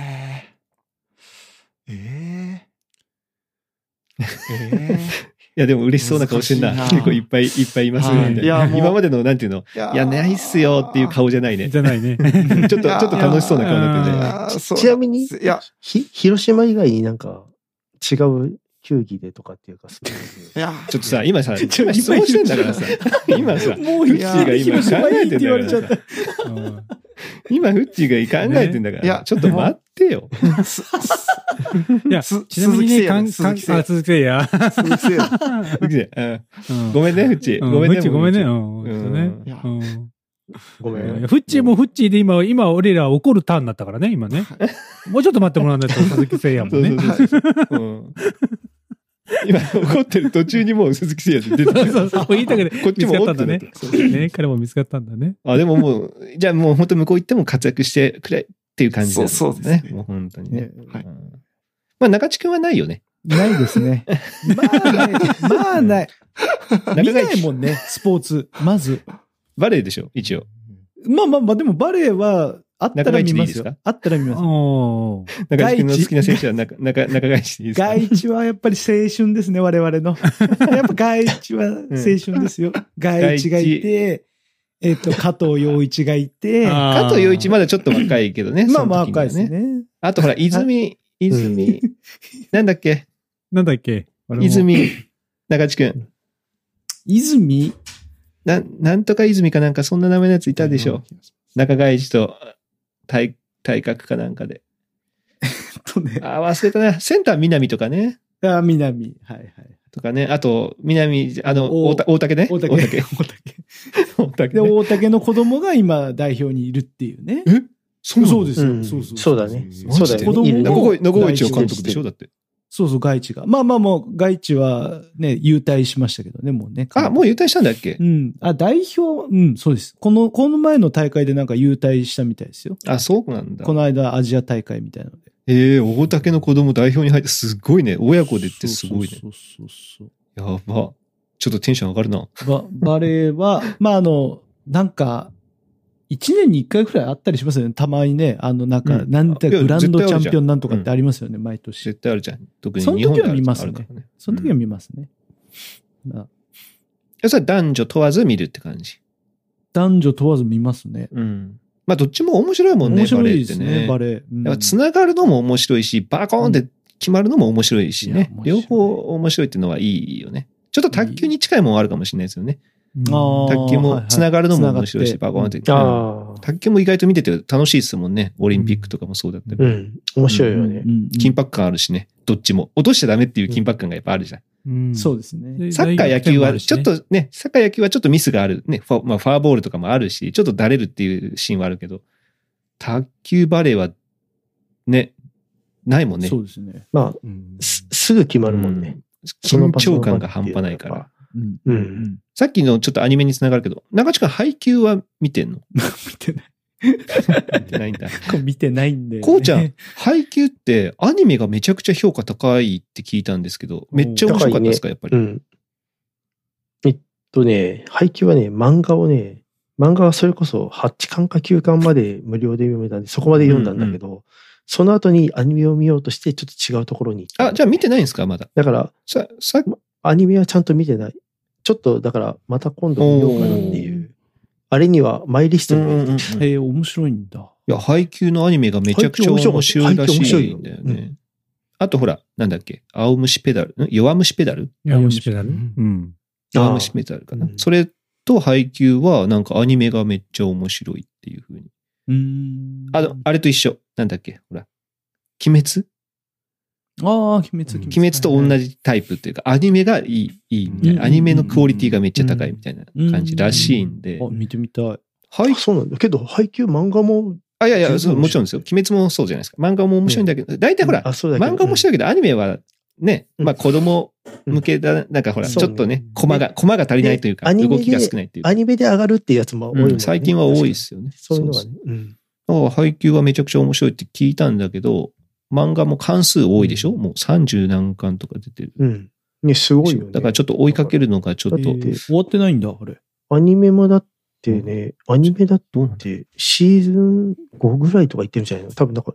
ー、えー、えー、 いや、でも嬉しそうな顔してんな。 難しいな結構いっぱいいっぱいいますね。 いやもう今までの、なんていうの、いや、 いやないっすよっていう顔じゃないね。 じゃないね。 ちょっと、ちょっと楽しそうな顔になってるね。 あーそうちなみにいや、 ひ、広島以外になんか違う球技でとかっていうか、スポーツいや、 ちょっとさ、今さ、 ちょ今質問してんだからさ、今さ、 もうフッチーが今考えてんだからさ、 うん今フッチーが考えてんだから、 ねいやちょっと待ってよ。 いや、 すちなみにね、 鈴木誠也かん、かん、 鈴木誠也あ、続けや。 鈴木誠也フッチーうんうんごめんね、フッチー。 うんごめんね。 フッチーごめんね。うもうフッチーん。ねうんいやうんごめん。 いやフッチーもフッチーで今、今俺ら怒るターンになったからね、今ね。もうちょっと待ってもらわないと、鈴木誠也もそうね。 そうそうそう。うん今怒ってる途中にもう鈴木誠也って出てそうる。 そうそう。言いたくて、 こっちも見つかったんだねおってなって。るね、彼も見つかったんだね。 あ、でももう、じゃあもう本当向こう行っても活躍してくれっていう感じだよね。 そうそうですねもう本当にね。 ねはいうんまあ中地君はないよね。 ないですね。まあない。まあない。見ないもんね、スポーツ。まず。 バレーでしょ、一応。 まあまあまあ、でもバレーは、あったら見ます中川一でいいですかよ。あったら見ます。 おー中地君の好きな選手は中、中、中川一でいいですか。 外地はやっぱり青春ですね、我々の。やっぱ外地は青春ですよ。外地がいて、えっと、加藤洋一がいて、 あー加藤洋一まだちょっと若いけどね。 まあまあその時には若いです。ね。 あとほら、泉、泉、なんだっけなんだっけ俺も泉、中地君。 泉な、なんとか泉かなんかそんな名前のやついたでしょ。中川一と体、体格かなんかで。 とね、 あー、忘れたな。センター南とかね。 あ、南。はいはい。 とかね。あと、南、あの、 お大竹大竹ね。 大竹。 大竹。 大竹。 大竹で、 ね。 大竹の子供が今代表にいるっていうね。 えそうそうですよ。 うんそうそう。 そうだねマジでそうだよね。 子供いるね中越、中越一郎監大督でしょだって。 そうそう、外地が。まあまあもう、外地はね、優退しましたけどね、もうね。 あ、もう優退したんだっけうん。あ、代表、うん、そうです。この、この前の大会でなんか優退したみたいですよ。 あ、そうなんだこ。の間アジア大会みたいなので。 ええ大竹の子供代表に入ってすごいね。親子でってすごいね。 そうそうそうやば。ちょっとテンション上がるな。 そう。バ、バレーは、まああの、なんか、一年に一回くらいあったりしますよね。たまにね。あの、なんか、 うんなんていやグランドチャン絶対あるじゃんピオンなんとかってありますよね、毎年。 絶対あるじゃん。特にその時日本であるは見ますねあるからね。 その時は見ますね。まあ、 えそれは男女問わず見るって感じ。 男女問わず見ますね。 うん。まあどっちも面白いもんね、 面白バレーっていですね、 ね。 バレー。うんやっぱ繋がるのも面白いし、バコーンって決まるのも面白いしね。 いや面白い両方面白いっていうのはいいよね。ちょっと卓球に近いもんあるかもしれないですよね。 あー卓球も繋がるのも面白いし、 はいはいバコーンって。 ああ。 卓球も意外と見てて楽しいですもんね。オリンピックとかもそうだったり。 うん。面白いよね。 うんうん緊迫感あるしね。どっちも。落としちゃダメっていう緊迫感がやっぱあるじゃん。 うんそうですね。 サッカー野球はちょっ、とね、サッカー野球はちょっとミスがある。ね、フォ,、まあ、ファーボールとかもあるし、ちょっとだれるっていうシーンはあるけど、卓球バレーはね、ないもんね。 そうですね。 まあ、すすぐ決まるもんね。 緊張感が半端ないから。 うん。 うんうん。 さっきのちょっとアニメにつながるけど、中地君配球は見てんの見てない。 見てないんだ。 これ見てないんで、ね。 こうちゃん、配球ってアニメがめちゃくちゃ評価高いって聞いたんですけど、めっちゃ面白かったですか、やっぱり。 うん。えっとね、配給はね、漫画をね、漫画はそれこそはちかんかきゅうかんまで無料で読めたんで、そこまで読んだんだけど、その後にアニメを見ようとしてちょっと違うところに行った。 あ、じゃあ見てないんですかまだ。 だから、 さ、さ、 アニメはちゃんと見てない。ちょっと、だから、また今度見ようかなっていう。あれには、マイリストにも入れてるへえ、面白いんだ。 いや、配給のアニメがめちゃくちゃ面白いらしいんだよ配給面白いね。あとほら、なんだっけ、青虫ペダル、ん弱虫ペダルいや、虫ペダルうん。 弱虫ペダルかな。 うんそれと配給は、なんかアニメがめっちゃ面白いっていう風に。 うーん。 あの、あれと一緒。なんだっけ、ほら。鬼滅ああ、鬼滅、 鬼滅と同じタイプっていうか、アニメがいい、いいみたいな。アニメのクオリティがめっちゃ高いみたいな感じらしいんで。 あ、見てみたい。 配あ、そうなんだ。けど、配給漫画も、 あ、いやいや、 十分そうもちろんですよ。鬼滅もそうじゃないですか。漫画も面白いんだけど、大体ほら、 あ、そうだけど漫画面白いけど、アニメはね、 うんまあ子供向けだ、なんかほら、 そうねちょっとね、コマが、コマが足りないというか、 でアニメで動きが少ないっていうかアニメで上がるっていうやつも多いもんね。 うん最近は多いですよね。 そういうのがそね。うん。 だから配給はめちゃくちゃ面白いって聞いたんだけど、漫画も関数多いでしょ、もうさんじゅう何巻とか出てる。 うん。ね、すごいよね。 だからちょっと追いかけるのがちょっと、 だって終わってないんだ、あれ。 アニメもだってね、アニメだっどうなんだてシーズンごぐらいとか言ってるんじゃないの多分なんか、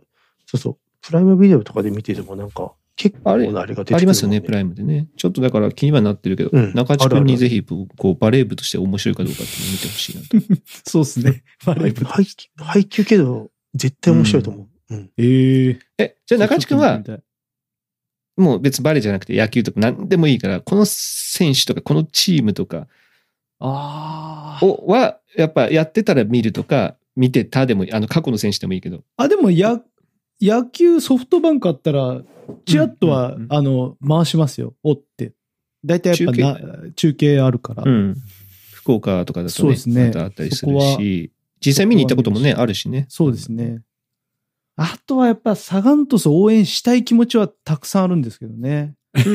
そうそう。プライムビデオとかで見ててもなんか、結構なあれが出てくる、ね、 ありますよね、プライムでね。ちょっとだから気にはなってるけど、うん、中地君にぜひ、こう、バレー部として面白いかどうかって見てほしいなと。 そうですね。バレー部。 配球、配球けど、絶対面白いと思う。うん。うん、 えー、 え、じゃあ中地君は、もう別にバレーじゃなくて野球とか何でもいいから、この選手とかこのチームとか、 あをは、やっぱやってたら見るとか、見てたでもいい。あの、過去の選手でもいいけど。 あ、でもや、野球ソフトバンクあったら、ちらっとは、うんうんうん、あの、回しますよ。おって。だいたいやっぱな中継、中継あるから。 うん。福岡とかだとね、 そうですね。 またあったりするし、実際見に行ったこともね、あるしね。 そうですね。あとはやっぱサガン鳥栖応援したい気持ちはたくさんあるんですけどね。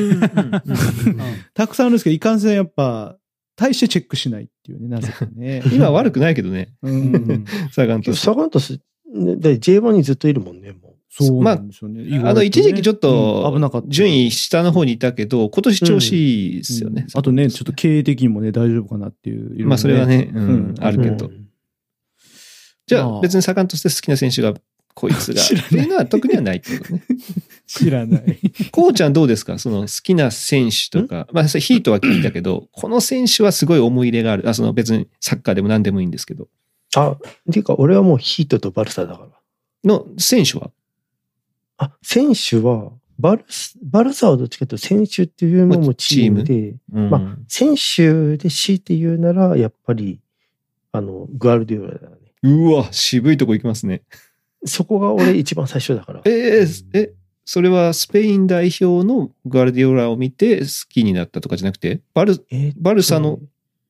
たくさんあるんですけど、いかんせんやっぱ、大してチェックしないっていうね、なぜかね。 今は悪くないけどね。うん、サガン鳥栖。 サガン鳥栖、ね、ジェイワン にずっといるもんね、もう。 そうなんですよね。 まあ、あの、一時期ちょっと、危なかった。順位下の方にいたけど、今年調子いいですよね。 うんうん、あとね、ちょっと経営的にもね、大丈夫かなっていう。 ね、まあ、それはね、うん、うん、あるけど。うん、じゃあ、別にサガン鳥栖で好きな選手が、こいつが。っていうのは特にはないってことね。 知らない。 こうちゃんどうですかその好きな選手とか。まあ、ヒートは聞いたけど、この選手はすごい思い入れがある。あ、その別にサッカーでも何でもいいんですけど。 あ、っていうか俺はもうヒートとバルサだから。 の選手はあ、選手は、バルス、バルサはどっちかというと選手っていうのもチームで、まあ、うん、まあ、選手で強いて言うなら、やっぱり、あの、グアルディオラだね。 うわ、渋いとこ行きますね。 そこが俺一番最初だから。 えー、え、それはスペイン代表のグアルディオラを見て好きになったとかじゃなくて、バル、えー、バルサの、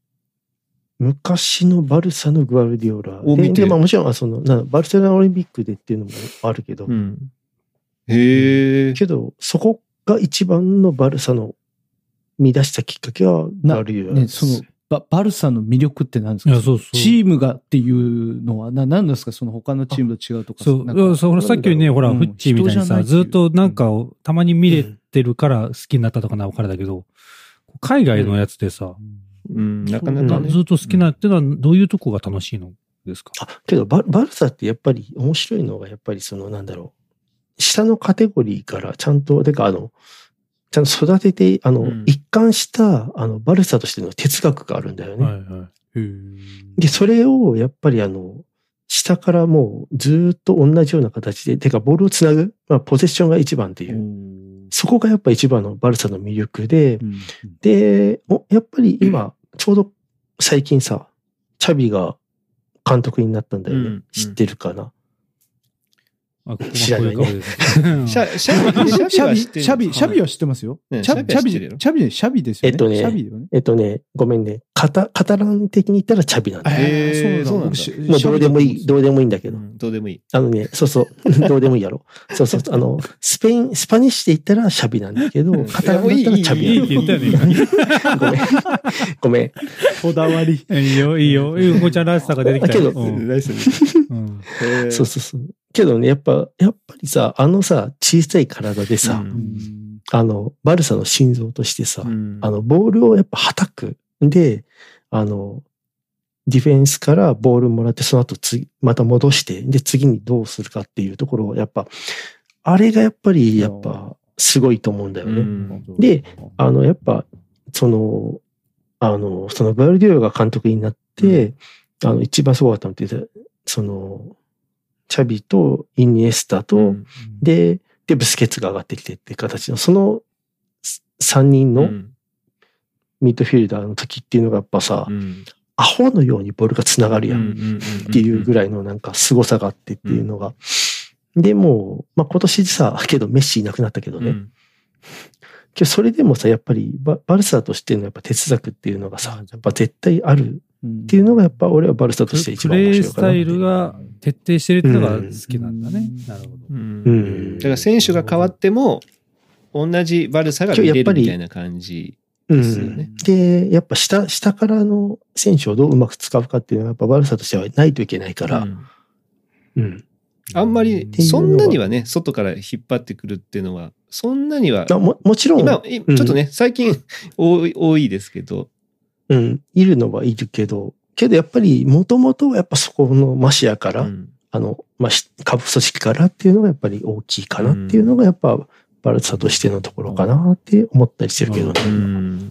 昔のバルサのグアルディオラを見て、でまあ、もちろんそのなバルセロナオリンピックでっていうのもあるけど、うん、 へえ。 けどそこが一番のバルサの見出したきっかけはグアルディオラです。 ね、そのバ, バルサの魅力って何ですか？いやそうそうチームがっていうのはな何ですか？その他のチームと違うとか。 そう、そうそうさっきね、ほら、フッチーみたいにさ、ずっとなんかをたまに見れてるから好きになったとかな、わからだけど、海外のやつでさ、 うん、なかなか、ね、 ずっと好きなっていうのはどういうとこが楽しいのですか？ あ、けどバ、バルサってやっぱり面白いのが、やっぱりそのなんだろう、下のカテゴリーからちゃんと、てかあの、ちゃんと育てて、あの、うん、一貫した、あの、バルサとしての哲学があるんだよね。はいはい、で、それを、やっぱりあの、下からもうずっと同じような形で、てかボールをつなぐ、まあ、ポゼッションが一番っていう、そこがやっぱ一番のバルサの魅力で、うん、で、やっぱり今、ちょうど最近さ、チャビが監督になったんだよね。うん、知ってるかな？ あ、 知らないね。 シャビ、シャビ、 シャビ、シャビ、シャビは知ってますよ。シャビ、シャビ、シャビ、シャビですよね。 えっとね、 シャビよね。 えっとね、ごめんね。カタ、カタラン的に言ったらチャビなんだよ。 えー、そうなんだ。 もうどうでもいい、どうでもいいんだけど。 どうでもいい。 あのね、そうそう、どうでもいいやろ。そうそう、あの、スペイン、スパニッシュで言ったらシャビなんだけど、カタランだったらチャビなんだよ。ごめん。ごめん。 こだわり。 いいよ、いいよ。ゆうこちゃんらしさが出てきたけど、そうそうそう。けどね、やっぱ、やっぱりさ、あのさ、小さい体でさ、うん、あの、バルサの心臓としてさ、うん、あの、ボールをやっぱ叩く。で、あの、ディフェンスからボールもらって、その後次、また戻して、で、次にどうするかっていうところを、やっぱ、あれがやっぱり、やっぱ、すごいと思うんだよね。うん、で、あの、やっぱ、その、あの、そのバルディオラが監督になって、あの、一番すごかったのって、その、チャビとイニエスタと、うん、で、で、ブスケツが上がってきてっていう形の、そのさんにんのミッドフィルダーの時っていうのがやっぱさ、うん、アホのようにボールが繋がるやんっていうぐらいのなんか凄さがあってっていうのが。うん、で、もう、まあ、今年さ、けどメッシいなくなったけどね。うん、けどそれでもさ、やっぱりバ、バルサとしてのやっぱ哲学っていうのがさ、やっぱ絶対ある。っていうのがやっぱ俺はバルサとして一番面白いかな。 プレイスタイルが徹底してるっていうのが好きなんだね。うん、なるほど。 うん。だから選手が変わっても同じバルサが見れるみたいな感じですよね。 うん、で、やっぱ下、下からの選手をどううまく使うかっていうのはやっぱバルサとしてはないといけないから。うん。 うん、あんまりそんなにはね、外から引っ張ってくるっていうのはそんなには。 も、もちろん。 今、ちょっとね、うん、最近多い、多いですけど。 うん、いるのはいるけど、けどやっぱりもともとやっぱそこのマシアから、うん、 あの、まあ、下部組織からっていうのがやっぱり大きいかなっていうのがやっぱ、バルサとしてのところかなって思ったりしてるけどね。 うん。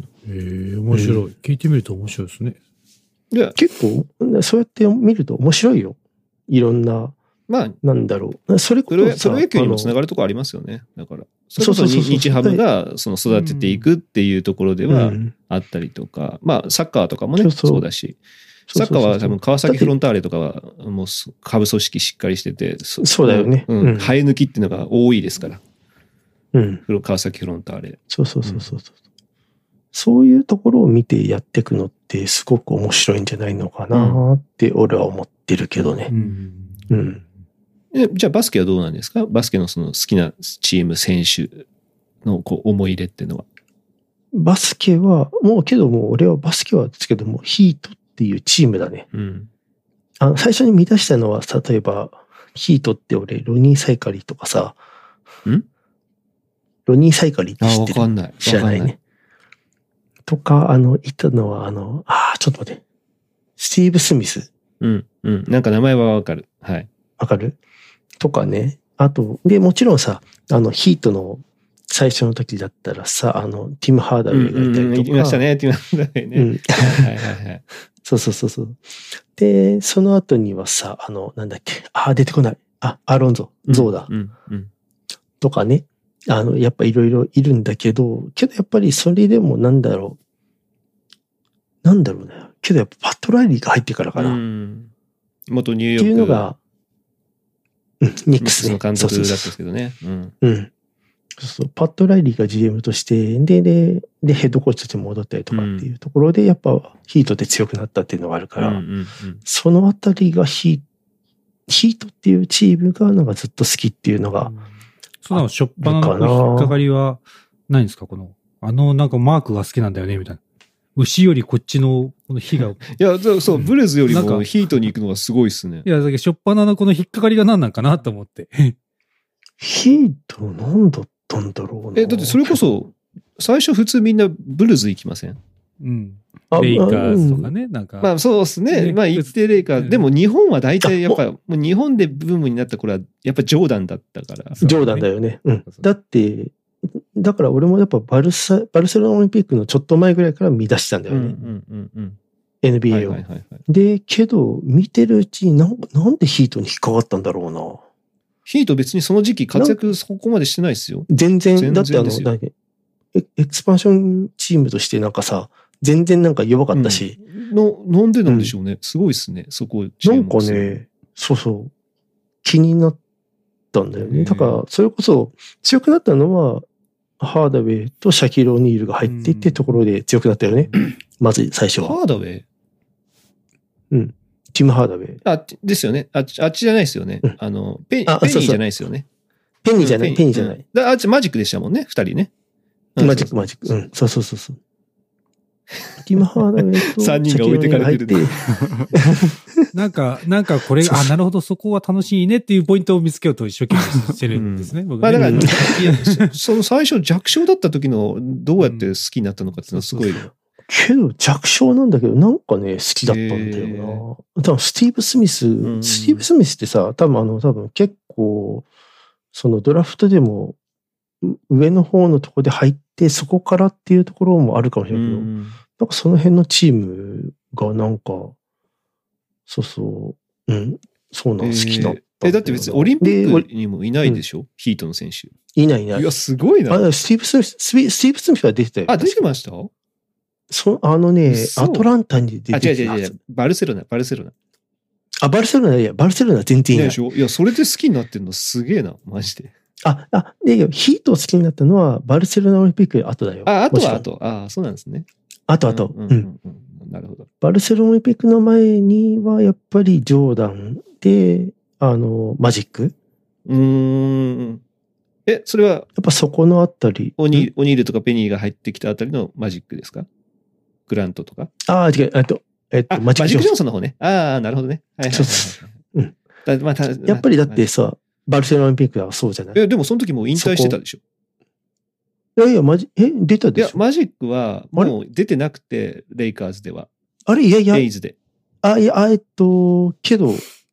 へえ、面白い、うん。聞いてみると面白いですね。 で結構、そうやって見ると面白いよ。いろんな。まあ、なんだろう。それこそプロ野球にもつながるところありますよね。だから。そうそうそう。日ハムがその育てていくっていうところではあったりとか、うん、まあ、サッカーとかもね、そうそう、そうだし。サッカーは多分川崎フロンターレとかはもう下部組織しっかりしてて、 そうだよね。 うん。生え抜きっていうのが多いですから。 うん。 川崎フロンターレ。 そうそうそうそう。うん、そういうところを見てやっていくのってすごく面白いんじゃないのかなって俺は思ってるけどね。うん。うん。 え、じゃあバスケはどうなんですか？バスケのその好きなチーム、選手のこう思い入れっていうのは。 バスケは、もうけども俺はバスケはですけども、ヒートっていうチームだね。うん。あの、最初に見出したのは、例えば、ヒートって俺、ロニー・サイカリとかさ。 ん？ ロニー・サイカリって知ってる？ あ、わかんない。 知らないね。とか、あの、言ったのは、あの、ああ、ちょっと待って。スティーブ・スミス。 うん、うん。なんか名前はわかる。はい。 わかる？とかね。あと、で、もちろんさ、あの、ヒートの最初の時だったらさ、あの、ティム・ハーダウェイがいたりとか。うんうん、 いましたね、ティム・ハーダウェイね。うん、はいはいはい。 そうそうそうそう。で、その後にはさ、あの、なんだっけ。ああ、出てこない。あ、アロンゾ。ゾウだ。 うんうん、 とかね。あの、やっぱいろいろいるんだけど、けどやっぱりそれでもなんだろう。なんだろうね。けどやっぱパットライリーが入ってからかな。うん、 元ニューヨーク。 っていうのが、うん、ニックスね。ニックスの監督だったんですけどね。 うん。うん。そうそう。パットライリーが ジーエム として、で、で、で、ヘッドコーチとして戻ったりとかっていうところで、やっぱヒートで強くなったっていうのがあるから、うんうんうん、そのあたりがヒー、ヒートっていうチームがなんかずっと好きっていうのが、うんそうなの、しょっぱなの引っかかりはないんですか？この、あのなんかマークが好きなんだよねみたいな。牛よりこっちのこの火が。いや、そう、ブレズよりもヒートに行くのがすごいっすね。 いや、だけどしょっぱなのこの引っかかりが何なんかなと思って。 ヒートなんだったんだろうな。 え、だってそれこそ、最初普通みんなブルズ行きません？ うん。レイカーズとかね、なんか。 まあそうですね。まあ言ってレイカーズ。でも日本は大体やっぱ、もう日本でブームになった頃は、やっぱジョーダンだったから。 ジョーダンだよね。うん。だって、だから俺もやっぱバルサ、バルセロナオリンピックのちょっと前ぐらいから見出したんだよね。うんうんうんうん。エヌビーエー を。はいはいはいはい、で、けど、見てるうちにな、なんでヒートに引っかかったんだろうな。 ヒート別にその時期活躍そこまでしてないですよ。 全然、全然だってあの、だエエクスパンションチームとしてなんかさ、全然なんか弱かったし。 うん、の、なんでなんでしょうね。うん、すごいっすね。そこなんかね、そうそう。気になったんだよね。だから、それこそ強くなったのは、ハーダウェイとシャキール・オニールが入っていってところで強くなったよね。うん、まず最初は。 ハーダウェイうん。ティム・ハーダウェイ。 あ、ですよね。あっち、あっちじゃないですよね。うん、あの、ペ、ペニーじゃないですよね。 ペニーじゃない、ペニーじゃない。 うん、あっちマジックでしたもんね、二人ね。 マジック、マジック。うん。そうそうそうそう。ティム・ハーダウェイとさんにんが置いてかれてる。 なんか、なんかこれ、あ、なるほど、そこは楽しいねっていうポイントを見つけようと一生懸命してるんですね。うん、僕ね。 まあだから、いや、その最初弱小だった時のどうやって好きになったのかっていうのはすごい。 けど弱小なんだけど、なんかね、好きだったんだよな。多分スティーブ・スミス、うん、スティーブ・スミスってさ、多分あの、多分結構、そのドラフトでも上の方のところで入って、そこからっていうところもあるかもしれないけど、うん、なんかその辺のチームがなんか、そうそう、うん、そうなん、好きだった。 え、だって別にオリンピックにもいないでしょ、うん、ヒートの選手。 いないいない。 いや、すごいな。 あ、スティーブ・スミス、スティーブ・スミスは出てたよ。 あ、出てました？ そあのね、アトランタに出てた。 あ、違う違う違う。バルセロナ、バルセロナ。 あ、バルセロナいや、バルセロナ全然いない。 いでしょ？いや、それで好きになってるのすげえな、マジで。 あ、あ、で、ヒートを好きになったのは、バルセロナオリンピックより後だよ。 あ、後は後。あ、そうなんですね。 後後。うん。うんうん、なるほど。 バルセロナオリンピックの前には、やっぱりジョーダンで、あの、マジック。 うーん。え、それは、やっぱそこのあたり。 オニール、オニールとかペニーが入ってきたあたりのマジックですか？グラントとか？ ああ、違う、えっと、えっと、 マジック・ジョンソンの方ね。ああ、なるほどね。はいはいはい、はい。 そううん。だまあ、やっぱりだってさ、バルセロナオリンピックはそうじゃない？ え、でもその時もう引退してたでしょ？ いやいや、マジ、え、出たでしょ？ いや、マジックはもう出てなくて、レイカーズでは。 あれいやいや。 レイズで。 あ、いや、えっと、けど、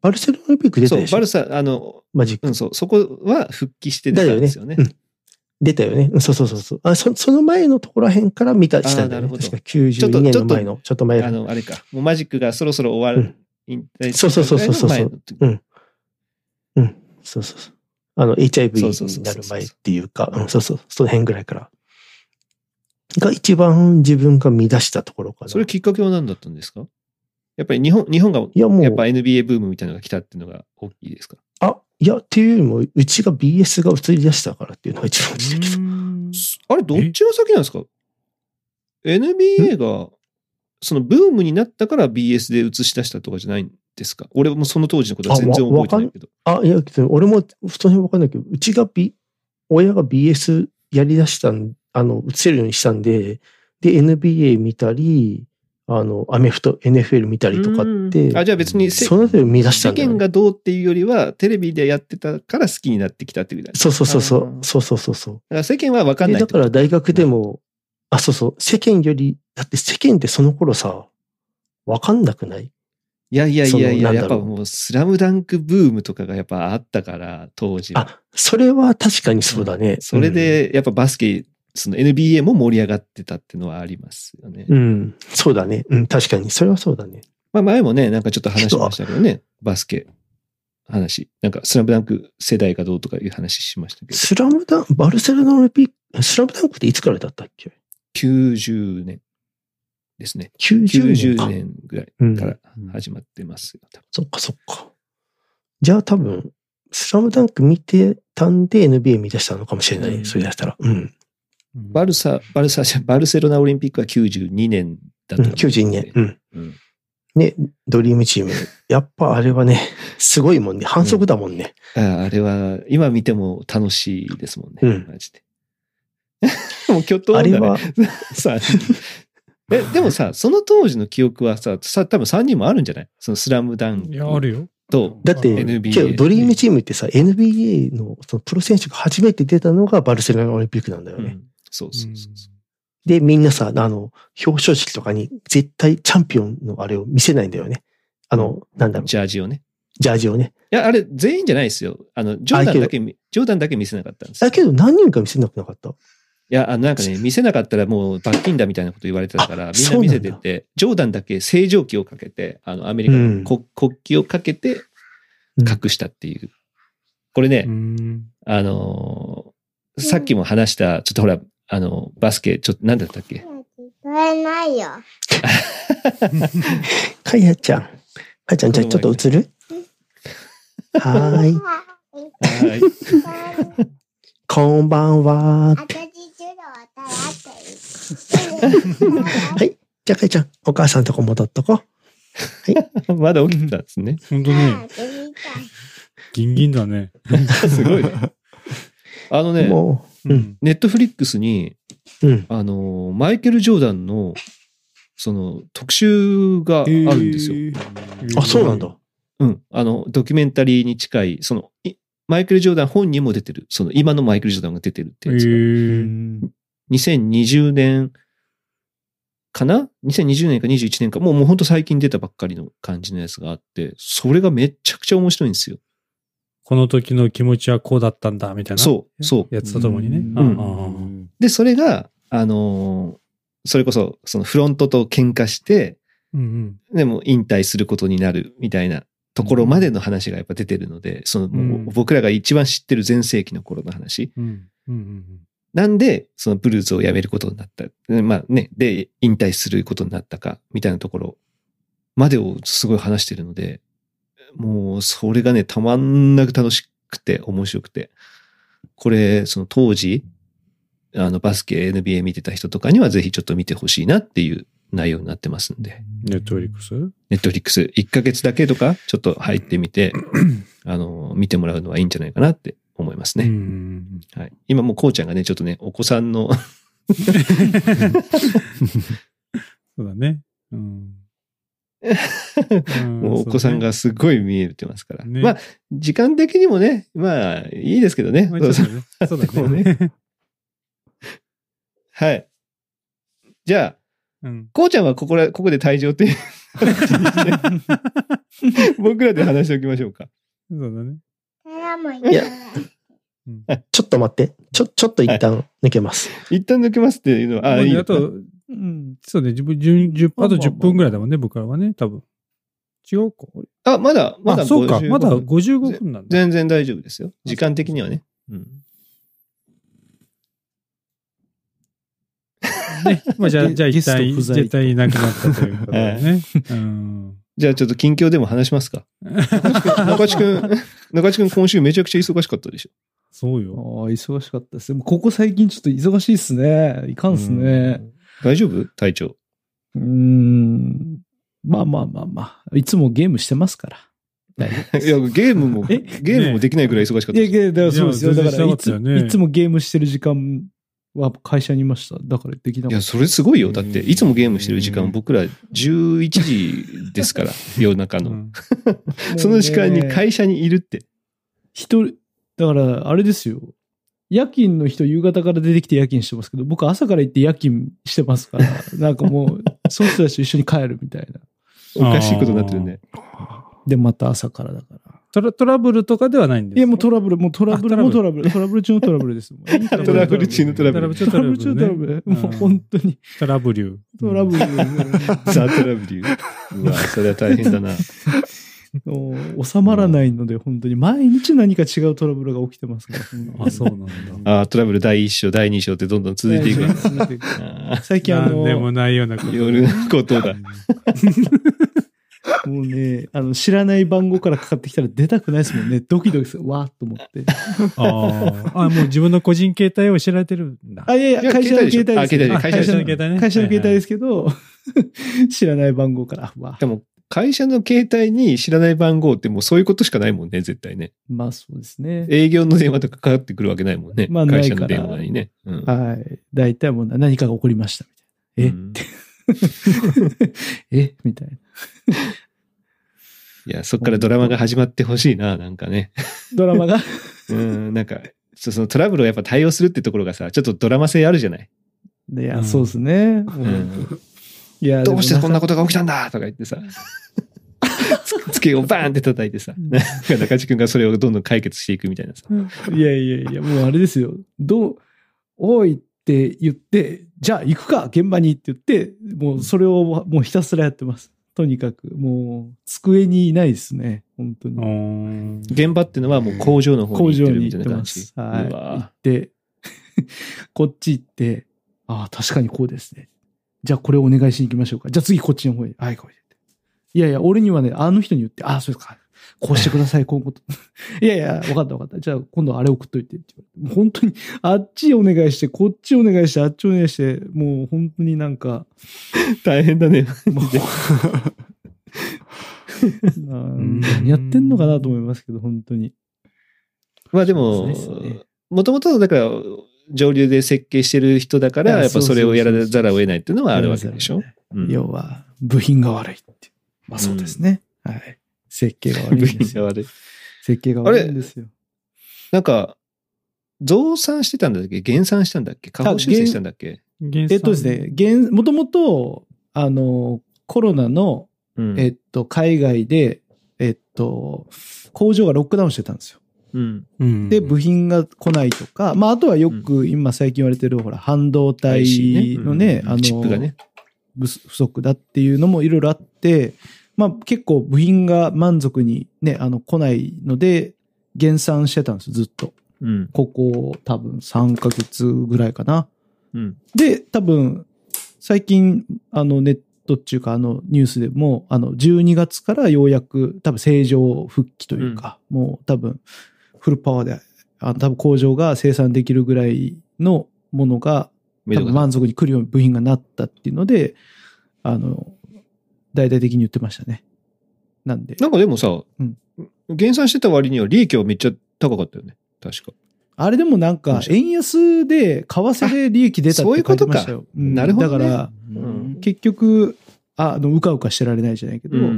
バルセロナオリンピック出たでしょ。 そう、バルサ、あの、 マジック。 うん、そう、そこは復帰して出たんですよね。 だよね。うん。出たよね。そうそうそうそう。あ、そ、その前のところら辺から見た、したんだよね。確かきゅうじゅうにねんの前の、ちょっと前。 あの、あれか。もうマジックがそろそろ終わる。 うん、そうそうそうそうそう。うん。うん。そうそうそう。あの、エイチアイブイ になる前っていうか、うん、そうそう。その辺ぐらいから。が一番自分が見出したところかな。 それきっかけは何だったんですか？やっぱり日本、日本が、やっぱ エヌビーエー ブームみたいなのが来たっていうのが大きいですか？ あ、いや、っていうよりも、うちが ビーエス が移り出したからっていうのが一番大きいけど。 あれ、どっちが先なんですか？ エヌビーエー が、そのブームになったから ビーエス で映し出したとかじゃないんですか？俺もその当時のことは全然覚えてないけど。 あ、あいや、俺も普通にわかんないけど、うちが、B、親が ビーエス やり出したん、あの、映せるようにしたんで、で、エヌビーエー 見たり、あの、アメフト、エヌエフエル 見たりとかって、 あ、じゃあ別にそので見出したんだ、 ね、世間がどうっていうよりは、テレビでやってたから好きになってきたっていう。 そうそうそうそう。そうそうそうそう。 だから世間は分かんない。 だから大学でも、あ、そうそう。世間より、だって世間ってその頃さ、分かんなくない？ いやいやいやいや、やっぱもうスラムダンクブームとかがやっぱあったから、当時は。 あ、それは確かにそうだね。うん、 それで、やっぱバスケ、その エヌビーエー も盛り上がってたっていうのはありますよね。 うん。そうだね。うん、確かに。それはそうだね。 まあ前もね、なんかちょっと話しましたけどね、バスケ話。なんかスラムダンク世代がどうとかいう話しましたけど。 スラムダンク、バルセロナオリンピック、スラムダンクっていつからだったっけ？ きゅうじゅうねんですね。 きゅうじゅうねんか。 きゅうじゅうねんぐらいから始まってますよ。 うん、そっかそっか。じゃあ多分、スラムダンク見てたんで エヌビーエー 見出したのかもしれない。うん、それだったら。うん。 バルサ、バルサ、バルセロナオリンピックはきゅうじゅうにねんだった、ね。 うん、きゅうじゅうにねん。うん。うん、ね、ドリームチーム。やっぱあれはね、すごいもんね。反則だもんね。 うん、あ, あれは、今見ても楽しいですもんね。 うん。 マジで。もう巨頭だね。あれは。さえ、でもさ、その当時の記憶はさ、さ、多分さんにんもあるんじゃない？そのスラムダンク。 いや、あるよ。 と、 だって、エヌビーエー、ドリームチームってさ、エヌビーエー のそのプロ選手が初めて出たのがバルセロナオリンピックなんだよね。うん、 そうそうそうそう。 で、みんなさ、あの、表彰式とかに絶対チャンピオンのあれを見せないんだよね。あの、なんだろう。 ジャージをね。 ジャージをね。 いや、あれ、全員じゃないですよ。あの、ジョーダンだけ、ジョーダンだけ見せなかったんです。 だけど何人か見せなくなかった？ いや、あの、なんかね、見せなかったらもう罰金だみたいなこと言われてたから、みんな見せてて、ジョーダンだけ星条旗をかけて、あの、アメリカの国、うん、国旗をかけて、隠したっていう。これね、あのー、さっきも話した、ちょっとほら、あの、バスケ、ちょっと、なんだったっけ？聞こえないよ。 かやちゃん。かやちゃん、じゃあちょっと映る？はーい。 はーい。 こんばんは。はい。じゃあかやちゃん、お母さんのとこ戻っとこう。 はい。まだ起きてたんですね。 本当ね。ギンギンだね。 すごいね。あのね、うん、ネットフリックスに、うん、あの、マイケル・ジョーダンの、その、特集があるんですよ。えー、あ、そうなんだ。 うん。あの、ドキュメンタリーに近い、その、マイケル・ジョーダン本人も出てる。その、今のマイケル・ジョーダンが出てるってやつが。えー、にせんにじゅうねんかな ?にせんにじゅうねんかにじゅういちねんか、もうもうほんと最近出たばっかりの感じのやつがあって、それがめちゃくちゃ面白いんですよ。 この時の気持ちはこうだったんだ、みたいな。 そう、そう。 やつとともにね。うんうん、で、それが、あのー、それこそ、そのフロントと喧嘩して、うんうん、でも引退することになるみたいなところまでの話がやっぱ出てるので、そのもう僕らが一番知ってる全盛期の頃の話。うんうんうん、なんで、そのブルーズを辞めることになった。まあね、で、引退することになったか、みたいなところまでをすごい話してるので、もう、それがね、たまんなく楽しくて、面白くて。これ、その当時、あの、バスケ エヌビーエー 見てた人とかにはぜひちょっと見てほしいなっていう内容になってますんで。 ネットフリックス？ ネットフリックス。いっかげつだけとか、ちょっと入ってみて、あの、見てもらうのはいいんじゃないかなって思いますね。はい。今もうこうちゃんがね、ちょっとね、お子さんのそうだね。うんもうお子さんがすごい見えてますから。ね、まあ、時間的にもね、まあ、いいですけどね。 そうそうだね。 はい。じゃあ、うん、こうちゃんはここら、ここで退場っていう僕らで話しておきましょうか。 そうだね。 いや、ちょっと待って。ちょ、ちょっと一旦抜けます。 はい、一旦抜けますっていうのは、ああ、いい。 あと、うん、そうね、自分、じゅう、あとじゅっぷんぐらいだもんね、僕らはね、多分。違うか。 あ、まだ、まだそうか、まだごじゅうごふんなんだ。 全然大丈夫ですよ。時間的にはね。うん。ね、 まあじゃあ、じゃあ一体、絶対いなくなったということでね。うん、 じゃあちょっと近況でも話しますか。中地くん、中地くん今週めちゃくちゃ忙しかったでしょ。 そうよ。 ああ、忙しかったです。ここ最近ちょっと忙しいっすね。いかんっすね。 大丈夫？体調。 うーん。まあまあまあまあ。いつもゲームしてますから。 いや、ゲームも、ゲームもできないぐらい忙しかったです。 いや、だからそうですよ。だからいつ、いつもゲームしてる時間は会社にいました。だからできなかった。 いや、それすごいよ。だって、いつもゲームしてる時間、僕らじゅういちじですから、夜中の。その時間に会社にいるって。 一人、だから、あれですよ。夜勤の人、夕方から出てきて夜勤してますけど、僕朝から行って夜勤してますから、なんかもう、その人たちと一緒に帰るみたいな。 おかしいことになってるね。 で、また朝からだから。 トラ、トラブルとかではないんですか？ いや、もうトラブル、もうトラブルもトラブル、トラブル中のトラブルです。 トラブル中のトラブル。 トラブル中のトラブル。もう本当に。 トラブル。 トラブル。 ザ・トラブル。うわ、それは大変だな。 収まらないので、本当に毎日何か違うトラブルが起きてますから。 あ、そうなんだ。 あ、トラブルだいいっ章、だいに章ってどんどん続いていく。 最近あの、 なんでもないようなこと。 夜のことだ。 もうね、あの、知らない番号からかかってきたら出たくないですもんね。ドキドキする。わーっと思って。 ああ、もう自分の個人携帯を知られてるんだ。 あ、いやいや、会社の携帯です。 会社の携帯ね。 会社の携帯ですけど、知らない番号から、わでも、会社の携帯に知らない番号ってもうそういうことしかないもんね、絶対ね。 まあそうですね。 営業の電話とかかかってくるわけないもんね。 まあ会社の電話にね。 うん、はい。大体もう何かが起こりましたみたいな。え、うん、えみたいな。 いや、そっからドラマが始まってほしいな、なんかね。 ドラマがうん、なんか、そのトラブルをやっぱ対応するってところがさ、ちょっとドラマ性あるじゃない。 いや、うん、そうですね。うん、いや、 どうしてこんなことが起きたんだとか言ってさ、つけをバーンって叩いてさ、中地君がそれをどんどん解決していくみたいなさ。 いやいやいや、もうあれですよ。どう、おいって言って、じゃあ行くか、現場にって言って、もうそれをもうひたすらやってます。とにかく、もう、机にいないですね。本当に。 現場っていうのはもう工場の方に行ってるみたいな感じ。 工場に行ってます。はい。行って、こっち行って、ああ、確かにこうですね。じゃあこれをお願いしに行きましょうか。じゃあ次こっちの方へ。はい、こうやって。いやいや、俺にはね、あの人に言って、ああ、そうですか。こうしてください、こういうこと。いやいや、分かった分かった。じゃあ今度あれ送っといてって言われて。本当に、あっちお願いして、こっちお願いして、あっちお願いして、もう本当になんか。 大変だね。もう何やってんのかなと思いますけど、本当に。 まあでも、もともとだから、上流で設計してる人だから、やっぱそれをやらざるを得ないっていうのはあるわけでしょ。 要は、部品が悪いって。まあそうですね。はい。設計が悪いんですよ。設計が悪いんですよ。 なんか、増産してたんだっけ？減産したんだっけ？下方修正したんだっけ？ えっとですね、減、もともと、あの、コロナの、うん、えっと、海外で、えっと、工場がロックダウンしてたんですよ。うん、で、部品が来ないとか、まあ、あとはよく今最近言われてる、ほら、半導体のね、あの、 チップがね、 不足だっていうのもいろいろあって、まあ、結構部品が満足にね、あの、来ないので、減産してたんですよ、ずっと。うん、ここ、多分さんかげつぐらいかな。うん、で、多分、最近、あの、ネットっていうか、あの、ニュースでも、あの、じゅうにがつからようやく、多分正常復帰というか、うん、もう多分、フルパワーで、あの多分工場が生産できるぐらいのものが、多分満足に来るような部品がなったっていうので、あの、大々的に言ってましたね。なんで。 なんかでもさ、うん、減産してた割には利益はめっちゃ高かったよね。確か。 あれでもなんか、円安で、為替で利益出たって書いてましたよ。 そういうことか。うん、なるほど、ね。 だから、うん、結局、あの、うかうかしてられないじゃないけど、うんうんうん、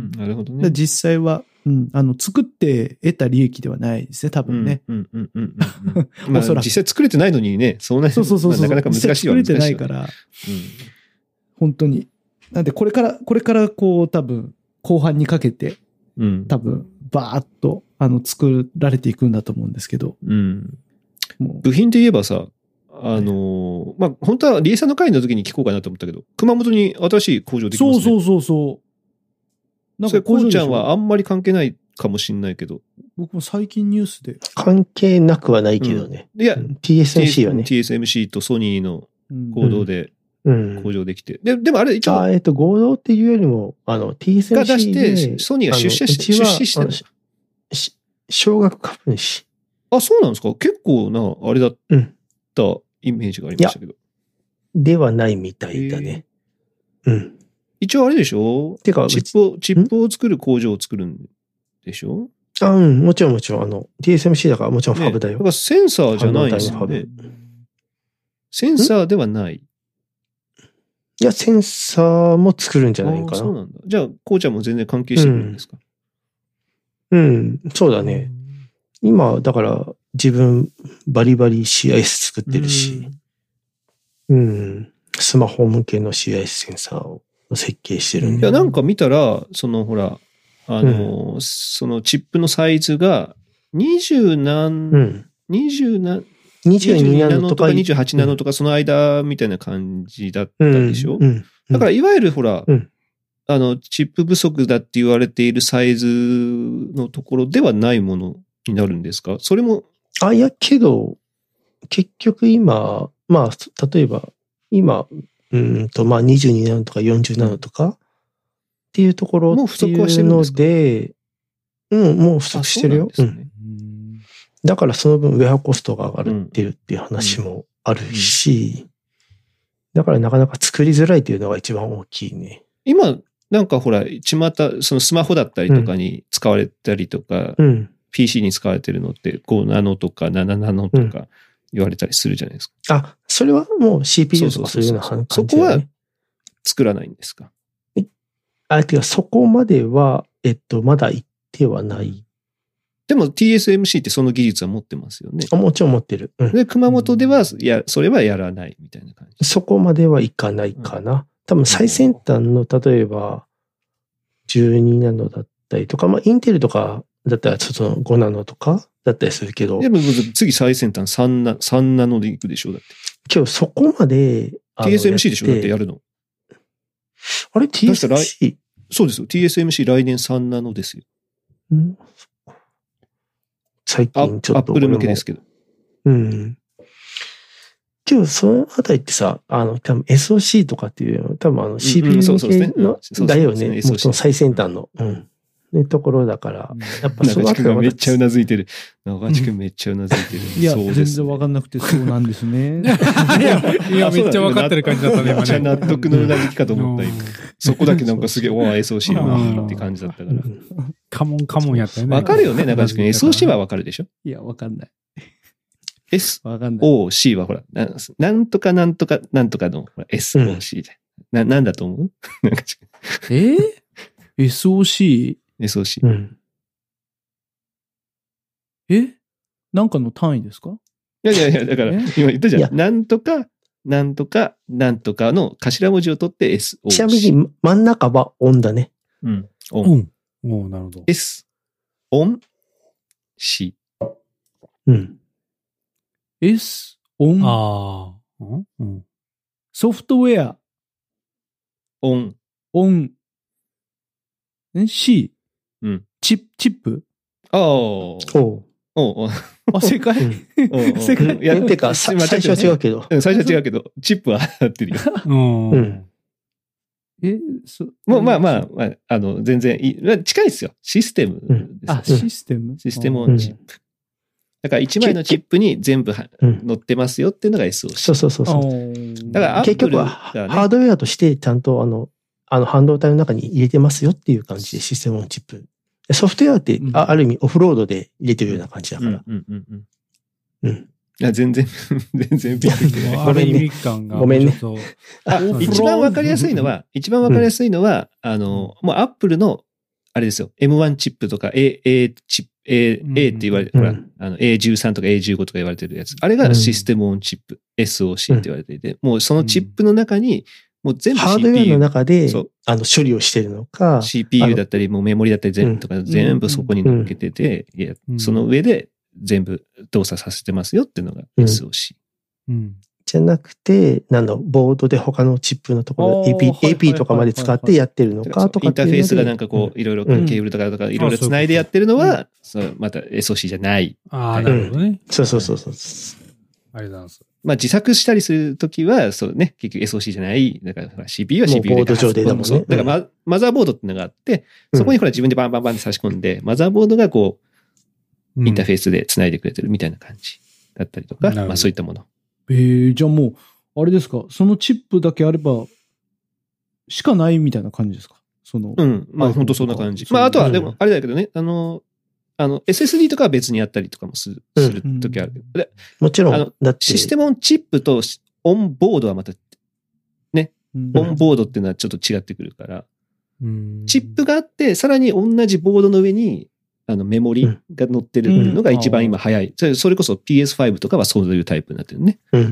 なるほどね。 実際は、うん、あの、作って得た利益ではないですね、多分ね。 うんうんうんうんうん。まあ、実際作れてないのにね、そうな、 そうそうそうそう、 なかなか難しいわね。作れてないから、うん、本当に、 なんでこれから、これからこう多分後半にかけて、 うん、 多分バーッとあの作られていくんだと思うんですけど。 うん、もう部品で言えばさ、あのー、まあ、本当はリエさんの会の時に聞こうかなと思ったけど、熊本に新しい工場できますね。 そうそうそうそう。 なんか工場ちゃんはあんまり関係ないかもしんないけど。 僕も最近ニュースで。 関係なくはないけどね。 うん、いや、 ティーエスエムシー はね。 ティーエスエムシー とソニーの合同で工場できて。うんうん、で、でもあれ一応。 あ、えっと、合同っていうよりも、あの、ティーエスエムシー で。 が出して、ソニーが出社し、出資してる。 少額株主。 あ、そうなんですか？結構な、あれだったイメージがありましたけど。 ではないみたいだね。うん。 一応あれでしょ？てか、チップを、チップを作る工場を作るんでしょ？ あ、うん、もちろんもちろん、あの、ティーエスエムシー だからもちろんファブだよ。ね、 だからセンサーじゃないんですよね。センサーではない。 いや、センサーも作るんじゃないかな。 そうなんだ。じゃあ、こうちゃんも全然関係してくるんですか？ うん、うん、そうだね。今、だから、自分、バリバリ シーアイエス 作ってるし、うん、うん、スマホ向けの シーアイエス センサーを設計してるんで。 いや、なんか見たら、その、ほら、あの、うん、そのチップのサイズが、二十何、うん、二十何、 にじゅうにナノとかにじゅうはちナノとかその間みたいな感じだったでしょ？うんうん、だからいわゆるほら、うん、あの、チップ不足だって言われているサイズのところではないものになるんですか？それも。 あ、いや、けど、結局今、まあ、例えば、今、うんと、まあにじゅうにナノとかよんじゅうナノとかっていうところっていうので、うん、もう不足してるよ。うん。だからその分ウェアコストが上がるっていうっていう話もあるし、だからなかなか作りづらいっていうのが一番大きいね。 今、なんかほら、ちまた、そのスマホだったりとかに使われたりとか、 うん、 ピーシー に使われてるのってごナノとかななナノとか言われたりするじゃないですか。 うん、あ、それはもう シーピーユー とかそういうような感じだね。 そこは作らないんですか？ あ、てかそこまでは、えっと、まだ行ってはない。 でも ティーエスエムシー ってその技術は持ってますよね。 あ、もちろん持ってる。うん、 で、熊本では、いや、それはやらないみたいな感じ。 そこまではいかないかな。うん、多分最先端の、例えば、じゅうにナノだったりとか、まあ、インテルとかだったら、ちょっとごナノとかだったりするけど。 でも、次最先端さんナ、さんナノでいくでしょ、だって。 今日そこまで。 ティーエスエムシー でしょ、だってやるの。 あれ ?ティーエスエムシー? そうですよ。ティーエスエムシー 来年さんナノですよ。 うん、最近ちょっと。 アップル向けですけど。 うん。けど、そのあたりってさ、あの、多分 エスオーシー とかっていうの、多分あの シーピーユー 向けの、だよね。もうその最先端の。うん。ね、ところだから、 やっぱそのあたりはめっちゃうなずいてる。中地君めっちゃうなずいてる。 いや、全然わかんなくてそうなんですね。 いや、いやめっちゃわかってる感じだったね。 めっちゃ納得のうなずきかと思った。そこだけなんかすげえ、おー エスオーシー のって感じだったから。 カモンカモンやったよね。 わかるよね、中地君。エスオーシー はわかるでしょ？ いや、わかんない。 エスオーシー はほら、なんとかなんとかなんとかの エスオーシー で。な、なんだと思う？ えー、エスオーシー？ エスオーシー。 うん。 え？なんかの単位ですか？ いやいやいや、だから、今言ったじゃん。なんとか、なんとか、なんとかの頭文字を取って エスオーシー。 ちなみに真ん中は音だね。 うん。音。 おおなるほど。 S、音、C。 うん。 S、音。 ああ。うん。 ソフトウェア。 音。 音。え ?C。 うん。 チップ、チップ。 ああ。 おう。 おう。 あ、正解、 うん、正解。いや、てか、最初は違うけど。 最初は違うけど、チップは合ってるよ。 うん。 え、そ、 もうまあまあ、まあ、あの、全然いい。近いですよ。システムです、ね。 あ、システムシステムオンチップ。だから一枚のチップに全部載ってますよっていうのが エスオーシー。 そうそうそうそう。 だから結局はハードウェアとしてちゃんとあの、あの半導体の中に入れてますよっていう感じでシステムオンチップ。ソフトウェアって、うん、あ, ある意味オフロードで入れてるような感じだから。 うんうんうんうん。うん。 いや、全然、全然びっくり。 ごめんね。 ごめんね。 あ、一番わかりやすいのは、一番わかりやすいのは、うん、あの、もうアップルの、あれですよ、エムワン チップとか A、A チップ、A、うん、A って言われて、うん、ほら、あの エーじゅうさん とか エーじゅうご とか言われてるやつ。あれがシステムオンチップ、うん、エスオーシー って言われていて、もうそのチップの中に、 もう全部 シーピーユー。 ハードウェアの中で、あの、処理をしてるのか。 シーピーユー だったり、もうメモリだったり全部とか全部そこに乗っけてて、いや、その上で全部動作させてますよっていうのが エスオーシー。 うん。 じゃなくて、なんだ、ボードで他のチップのところ、エーピー、エーピー とかまで使ってやってるのかとか。 インターフェースがなんかこう、いろいろケーブルとかとかいろいろ繋いでやってるのは、また エスオーシー じゃない。 ああ、なるほどね。 そうそうそうそう。 ありがとうございます。 まあ自作したりするときは、そうね、結局 エスオーシー じゃない。だから シーピーユー は シーピーユー で。 ボード上でだもんね。 だからマ、マザーボードってのがあって、そこにほら自分でバンバンバンって差し込んで、マザーボードがこう、インターフェースで繋いでくれてるみたいな感じだったりとか、まあそういったもの。 えー、じゃあもう、あれですか、そのチップだけあれば、しかないみたいな感じですか、その。 うん。まあ本当そんな感じ。まああとはでも、あれだけどね、あの、あの、エスエスディー とかは別にやったりとかもする、するときあるけど、うん、 もちろん、あの、 だってシステムオンチップとオンボードはまた、ね、うん、オンボードっていうのはちょっと違ってくるから、うん、チップがあって、さらに同じボードの上に、あの、メモリが乗ってるっていうのが一番今早い。うんうん、それこそ ピーエスファイブ とかはそういうタイプになってるね。うん。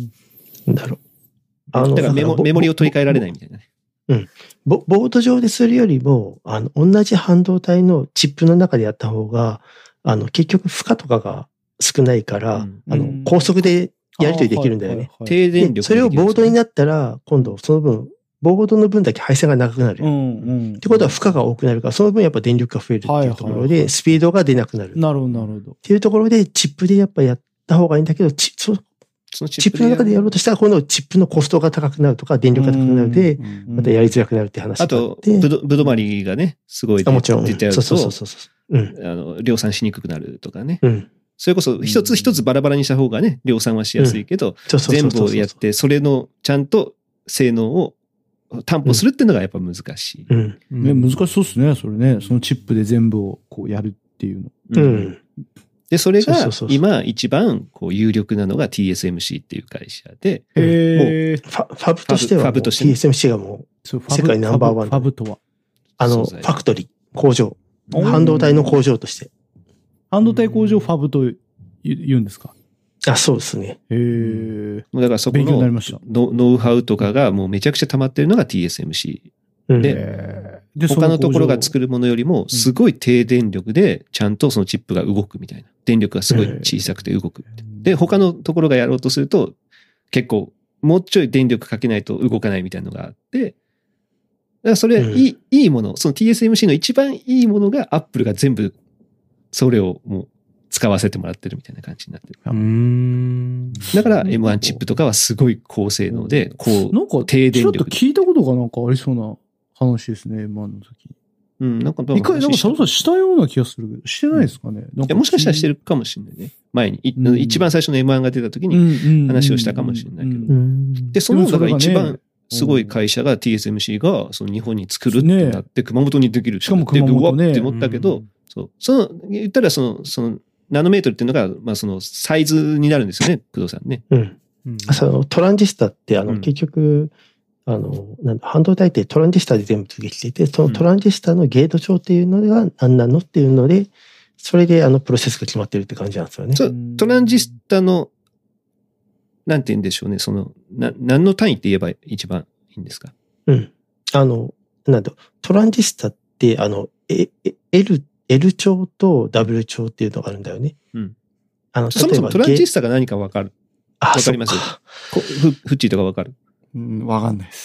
なんだろう。 あの、だからメモメモリを取り替えられないみたいなね。 うん。ボ, ボード上でするよりも、あの、同じ半導体のチップの中でやった方が、あの、結局負荷とかが少ないから、うん、あの、高速でやり取りできるんだよね。 低電力。 それをボードになったら、今度その分、ボードの分だけ配線が長くなる。うんうん、ってことは負荷が多くなるから、その分やっぱ電力が増えるっていうところで、スピードが出なくなる。 なるほど、なるほど。 っていうところで、チップでやっぱやった方がいいんだけど、チそそのチップの中でやろうとしたら、今度チップのコストが高くなるとか、電力が高くなるで、またやりづらくなるって話があって。あと、 ぶど、ぶどまりがね、すごい出もちろん出ちゃうと、 そうそうそうそう。うん。 あの、量産しにくくなるとかね。 うん。 それこそ、一つ一つバラバラにした方がね、量産はしやすいけど、全部をやって、それのちゃんと性能を担保するっていうのがやっぱ難しい。 うん。 うん、ね、難しそうですね、それね。そのチップで全部をこうやるっていうの。 うん。うんで、それが今一番こう有力なのが ティーエスエムシー っていう会社で、 へー。ファ、ファブとしては、ファブとして ティーエスエムシー がもう世界ナンバーワン。 ファブとはあの、ファクトリー、工場。半導体の工場として。 半導体工場ファブと言うんですか？ あ、そうですね。 へー。 だからそこのノウハウとかがもうめちゃくちゃ溜まってるのが ティーエスエムシー。で、で他のところが作るものよりも、すごい低電力で、ちゃんとそのチップが動くみたいな。電力がすごい小さくて動く。で、他のところがやろうとすると、結構、もうちょい電力かけないと動かないみたいなのがあって、だからそれ、いい、いいもの、その ティーエスエムシー の一番いいものが、アップルが全部、それをもう、使わせてもらってるみたいな感じになってる。うんだから エムワン チップとかはすごい高性能で、こう、 なんか低電力。ちょっと聞いたことがなんかありそうな話ですね、エムワン の時。 うん、なんか、 一回、なんか、佐藤さんしたような気がするけど、してないですかね。 いや、もしかしたらしてるかもしれないね。前に、うん、一番最初の エムワン が出た時に話をしたかもしれないけど。で、その、だから一番すごい会社が ティーエスエムシー が、その日本に作るってなって、熊本にできるって。 しかも熊本ね。 って思ったけど、そう。その、言ったらその、その、ナノメートルっていうのが、まあその、サイズになるんですよね、工藤さんね。 うん。その、トランジスタって、あの、結局、あの、なんだ、半導体ってトランジスタで全部できていて、そのトランジスタのゲート長っていうのが何なのっていうので、それであのプロセスが決まってるって感じなんですよね。 そう、トランジスタの、なんて言うんでしょうね、その、な、何の単位って言えば一番いいんですか？ うん。あの、なんだ、トランジスタって、あの、え、L、L 長と W 長っていうのがあるんだよね。 うん。あの、そもそもトランジスタが何かわかる？わかりますよ。フッチーとかわかる？ うん、わかんないです。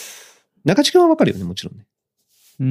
中地君はわかるよね、もちろんね。 うん。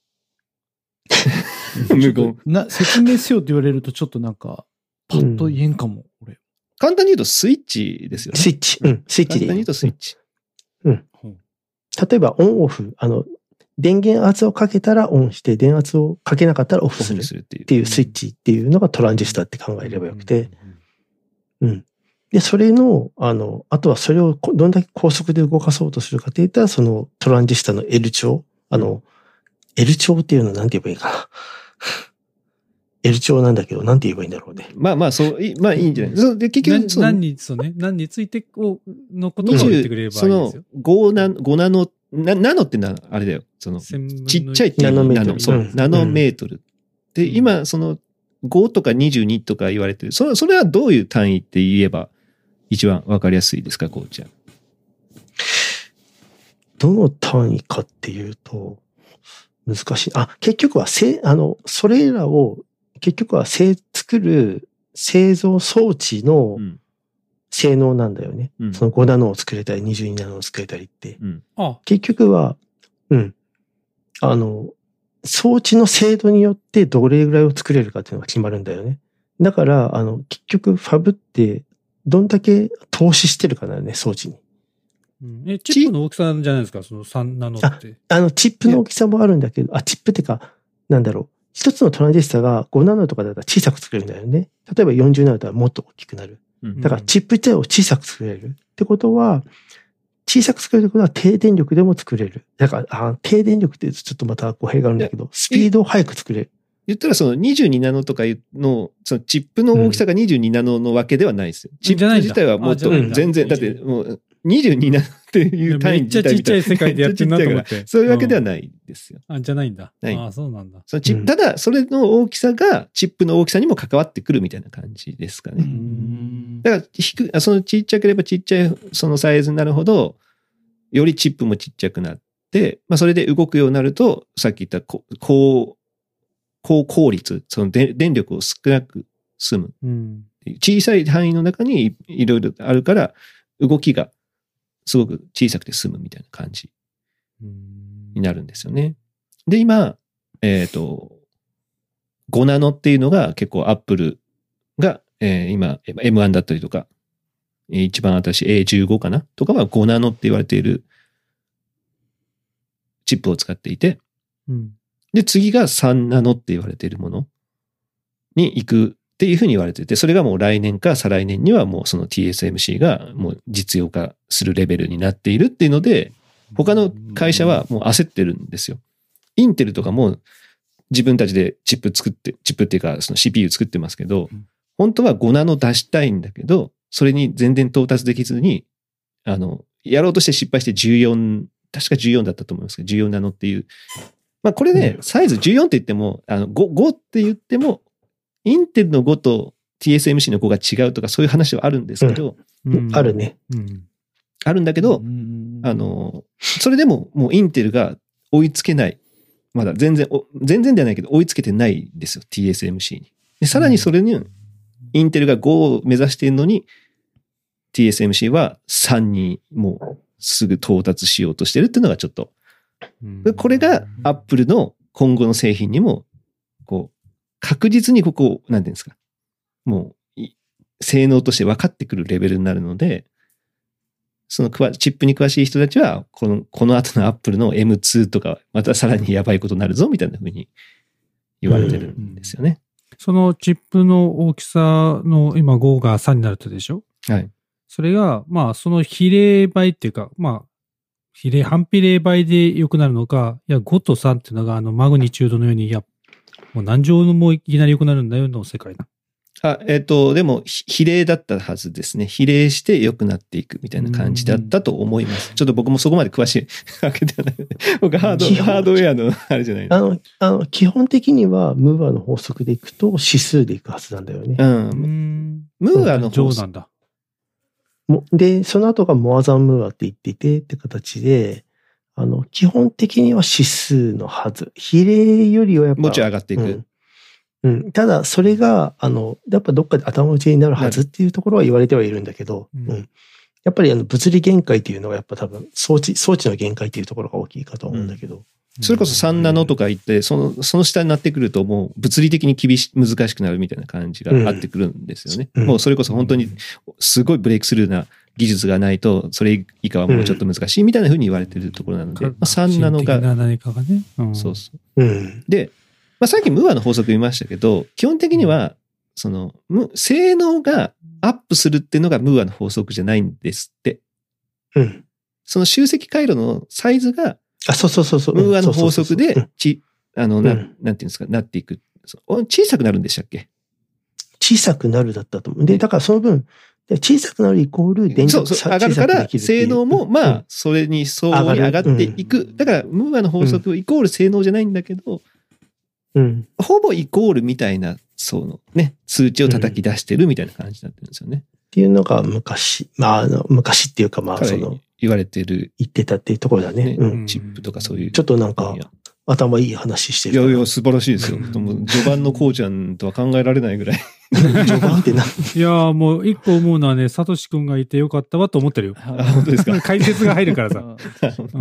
無言。 な、説明せよって言われるとちょっとなんか、パッと言えんかも、うん、俺。 簡単に言うとスイッチですよね。 スイッチ。うん、スイッチで。 簡単に言うとスイッチ。 うん。うん、例えば、オンオフ、あの、電源圧をかけたらオンして、電圧をかけなかったらオフするっていうスイッチっていうのがトランジスタって考えればよくて。うん。で、それの、あの、あとはそれをどんだけ高速で動かそうとするかって言ったら、そのトランジスタの L 長。あの、L 長っていうのなんて言えばいいかな。L 長なんだけど、なんて言えばいいんだろうね。 まあまあ、そう、まあいいんじゃないそうで、結局その、何に、そうね、何についてを、のことを言ってくれればいいですよ。その、 ごナノ、ごナノ、なナノってな、あれだよ。その、ちっちゃいっていうナノメートル。そう、ナノメートル。で、今、その、ごとかにじゅうにとか言われてる。それ、それはどういう単位って言えば、一番わかりやすいですか、こうちゃん。 どの単位かっていうと、難しい。あ、結局はせ、あの、それらを、結局はせ、作る製造装置の性能なんだよね。うん、そのごナノを作れたり、にじゅうにナノを作れたりって。うん、結局は、うん。あの、装置の精度によってどれぐらいを作れるかっていうのが決まるんだよね。だから、あの、結局ファブってどんだけ投資してるかだよね、装置に。 うん、え、チップの大きさじゃないですか、そのさんナノって。 あ、あの、チップの大きさもあるんだけど、あ、チップってか、なんだろう。一つのトランジスタがごナノとかだったら小さく作れるんだよね。例えばよんじゅうナノだったらもっと大きくなる。うん、だからチップ自体を小さく作れる。ってことは、小さく作れることは低電力でも作れる。だから、あ低電力ってちょっとまた語弊があるんだけど、スピードを速く作れる。 言ったらそのにじゅうにナノとかの、そのチップの大きさがにじゅうにナノのわけではないですよ。うん、チップ自体はもっと全然、だってもうにじゅうにナノっていう単位自体めっちゃちっちゃい世界でやってるなと思って。 そういうわけではないですよ。 うん、あ、じゃないんだ。ない。あ、そうなんだ。 そのチップ、ただ、それの大きさがチップの大きさにも関わってくるみたいな感じですかね。うんだから、低く、そのちっちゃければちっちゃいそのサイズになるほど、よりチップもちっちゃくなって、まあ、それで動くようになると、さっき言った高、高効率、その電力を少なく済む。うん、小さい範囲の中にいろいろあるから、動きがすごく小さくて済むみたいな感じになるんですよね。で、今、えっと、ごナノっていうのが結構アップルが、えー、今 エムワン だったりとか、一番新しい エーじゅうご かなとかはごナノって言われているチップを使っていて、うん、で、次がさんナノって言われているものに行くっていうふうに言われてて、それがもう来年か再来年にはもうその ティーエスエムシー がもう実用化するレベルになっているっていうので、他の会社はもう焦ってるんですよ。インテルとかも自分たちでチップ作って、チップっていうかその シーピーユー 作ってますけど、本当はごナノ出したいんだけど、それに全然到達できずに、あの、やろうとして失敗してじゅうよん、確かじゅうよんだったと思いますけど、じゅうよんナノっていう。まあこれね、サイズじゅうよんって言っても、あの 5, 5って言っても、インテルのごと ティーエスエムシー のごが違うとかそういう話はあるんですけど、 うんうん、あるね、 うん。あるんだけど、うん、あの、それでももうインテルが追いつけない。まだ全然、全然ではないけど追いつけてないんですよ、ティーエスエムシー に。でさらにそれに、インテルがごを目指しているのに、ティーエスエムシー はさんにもうすぐ到達しようとしてるっていうのがちょっと、これがアップルの今後の製品にも、こう、確実にここ、なんていうんですか、もう、性能として分かってくるレベルになるので、そのチップに詳しい人たちは、この、この後のアップルの エムツー とか、またさらにやばいことになるぞ、みたいな風に言われてるんですよね。 そのチップの大きさの今ごがさんになるとでしょ？ はい。 それが、まあ、その比例倍っていうか、まあ、比例、反比例倍で良くなるのか、いや、ごとさんっていうのが、あの、マグニチュードのように、いや、もう何乗もいきなり良くなるんだよの世界な。 あ、えっ、ー、と、でも、比例だったはずですね。比例して良くなっていくみたいな感じだったと思います。ちょっと僕もそこまで詳しいわけではない。僕ハード、ハードウェアのあれじゃないあの、あの、基本的には、ムーアの法則でいくと、指数でいくはずなんだよね。 うん。ムーアの法則。 なんだ。 で、その後がモアザンムーアって言っていてって形で、あの、基本的には指数のはず。比例よりはやっぱ。 もうちょい上がっていく。 うんうん。ただ、それが、あの、やっぱどっかで頭打ちになるはずっていうところは言われてはいるんだけど、うん。うん、やっぱりあの、物理限界っていうのがやっぱ多分、装置、装置の限界っていうところが大きいかと思うんだけど。うん、 それこそさんナノとか言って、その、その下になってくるともう物理的に厳し、難しくなるみたいな感じがあってくるんですよね。うん、もうそれこそ本当に、すごいブレイクスルーな技術がないと、それ以下はもうちょっと難しいみたいな風に言われてるところなので、うんまあ、さんナノが。 何かがね。 うん、そうそう。うん、で、まあ、さっきムーアの法則見ましたけど、基本的には、その、性能がアップするっていうのがムーアの法則じゃないんですって。 うん。 その集積回路のサイズが、 あ、そうそうそうそう。 ムーアの法則で、ち、あの、な、なんていうんですか、なっていく。小さくなるんでしたっけ？ 小さくなるだったと思う。で、だからその分、小さくなるイコール電力が上がるから、性能も、まあ、それに相応に上がっていく。だから、ムーアの法則イコール性能じゃないんだけど、 うん、 ほぼイコールみたいな、そのね、数値を叩き出してるみたいな感じになってるんですよね。 っていうのが昔、まあ、あの、昔っていうかまあ、その、 言われてる。 言ってたっていうところだね。 ねうん、 チップとかそういう。 ちょっとなんか、頭いい話してる。 いやいや、素晴らしいですよ。序盤のこうちゃんとは考えられないぐらい。 序盤って何いやもう一個思うのはね、サトシ君がいてよかったわと思ってるよ。 あ、本当ですか。 解説が入るからさ。うん。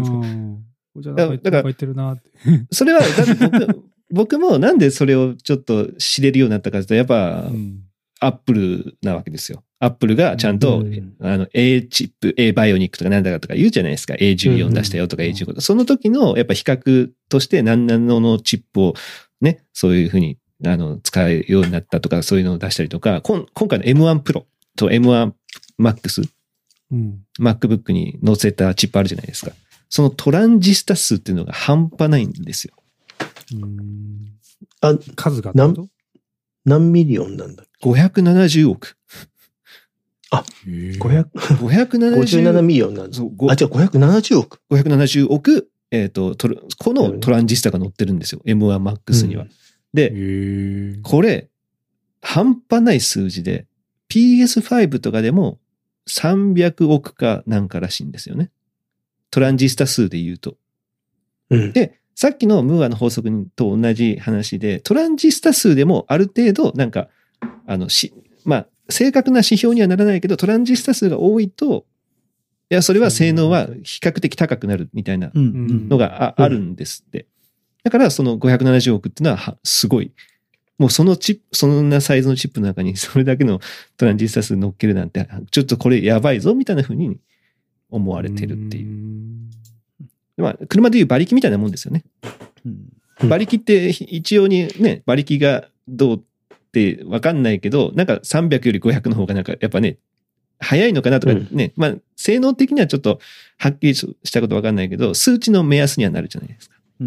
じゃあなんか言ってるなって。 それは、だって僕、僕もなんでそれをちょっと知れるようになったかというと、やっぱ、うん、アップルなわけですよ。アップルがちゃんと、うん、あの、A チップ、A バイオニックとかなんだかとか言うじゃないですか。エーじゅうよん 出したよとか エーじゅうご とか。その時のやっぱ比較として何々のチップをね、そういうふうにあの使えるようになったとか、そういうのを出したりとか、今今回の エムワン Pro と エムワン Max、うん、MacBook に載せたチップあるじゃないですか。そのトランジスタ数っていうのが半端ないんですよ。 うんあ、数が何、何ミリオンなんだっけ ? ごひゃくななじゅうおく。 あ、ごひゃく、 ごひゃくななじゅう、 ごじゅうななミリオンなんだ。あ、じゃあごひゃくななじゅうおく。 ごひゃくななじゅうおく、えっと、このトランジスタが載ってるんですよ。エムワン Max には。うん、で、これ、半端ない数字で、ピーエスファイブ とかでもさんびゃくおくかなんからしいんですよね。トランジスタ数で言うと。うん、で、さっきのムーアの法則と同じ話で、トランジスタ数でもある程度、なんか、あの、し、まあ、正確な指標にはならないけど、トランジスタ数が多いと、いや、それは性能は比較的高くなるみたいなのが あ,、うん、あるんですって。だから、そのごひゃくななじゅうおくっていうのは、すごい。もうそのチップ、そんなサイズのチップの中にそれだけのトランジスタ数乗っけるなんて、ちょっとこれやばいぞ、みたいな風に思われてるっていう。うまあ、車でいう馬力みたいなもんですよね。うん、馬力って一応にね、馬力がどうってわかんないけど、なんかさんびゃくよりごひゃくの方がなんかやっぱね、速いのかなとかね、うん、まあ、性能的にはちょっとはっきりしたことわかんないけど、数値の目安にはなるじゃないですか。うん、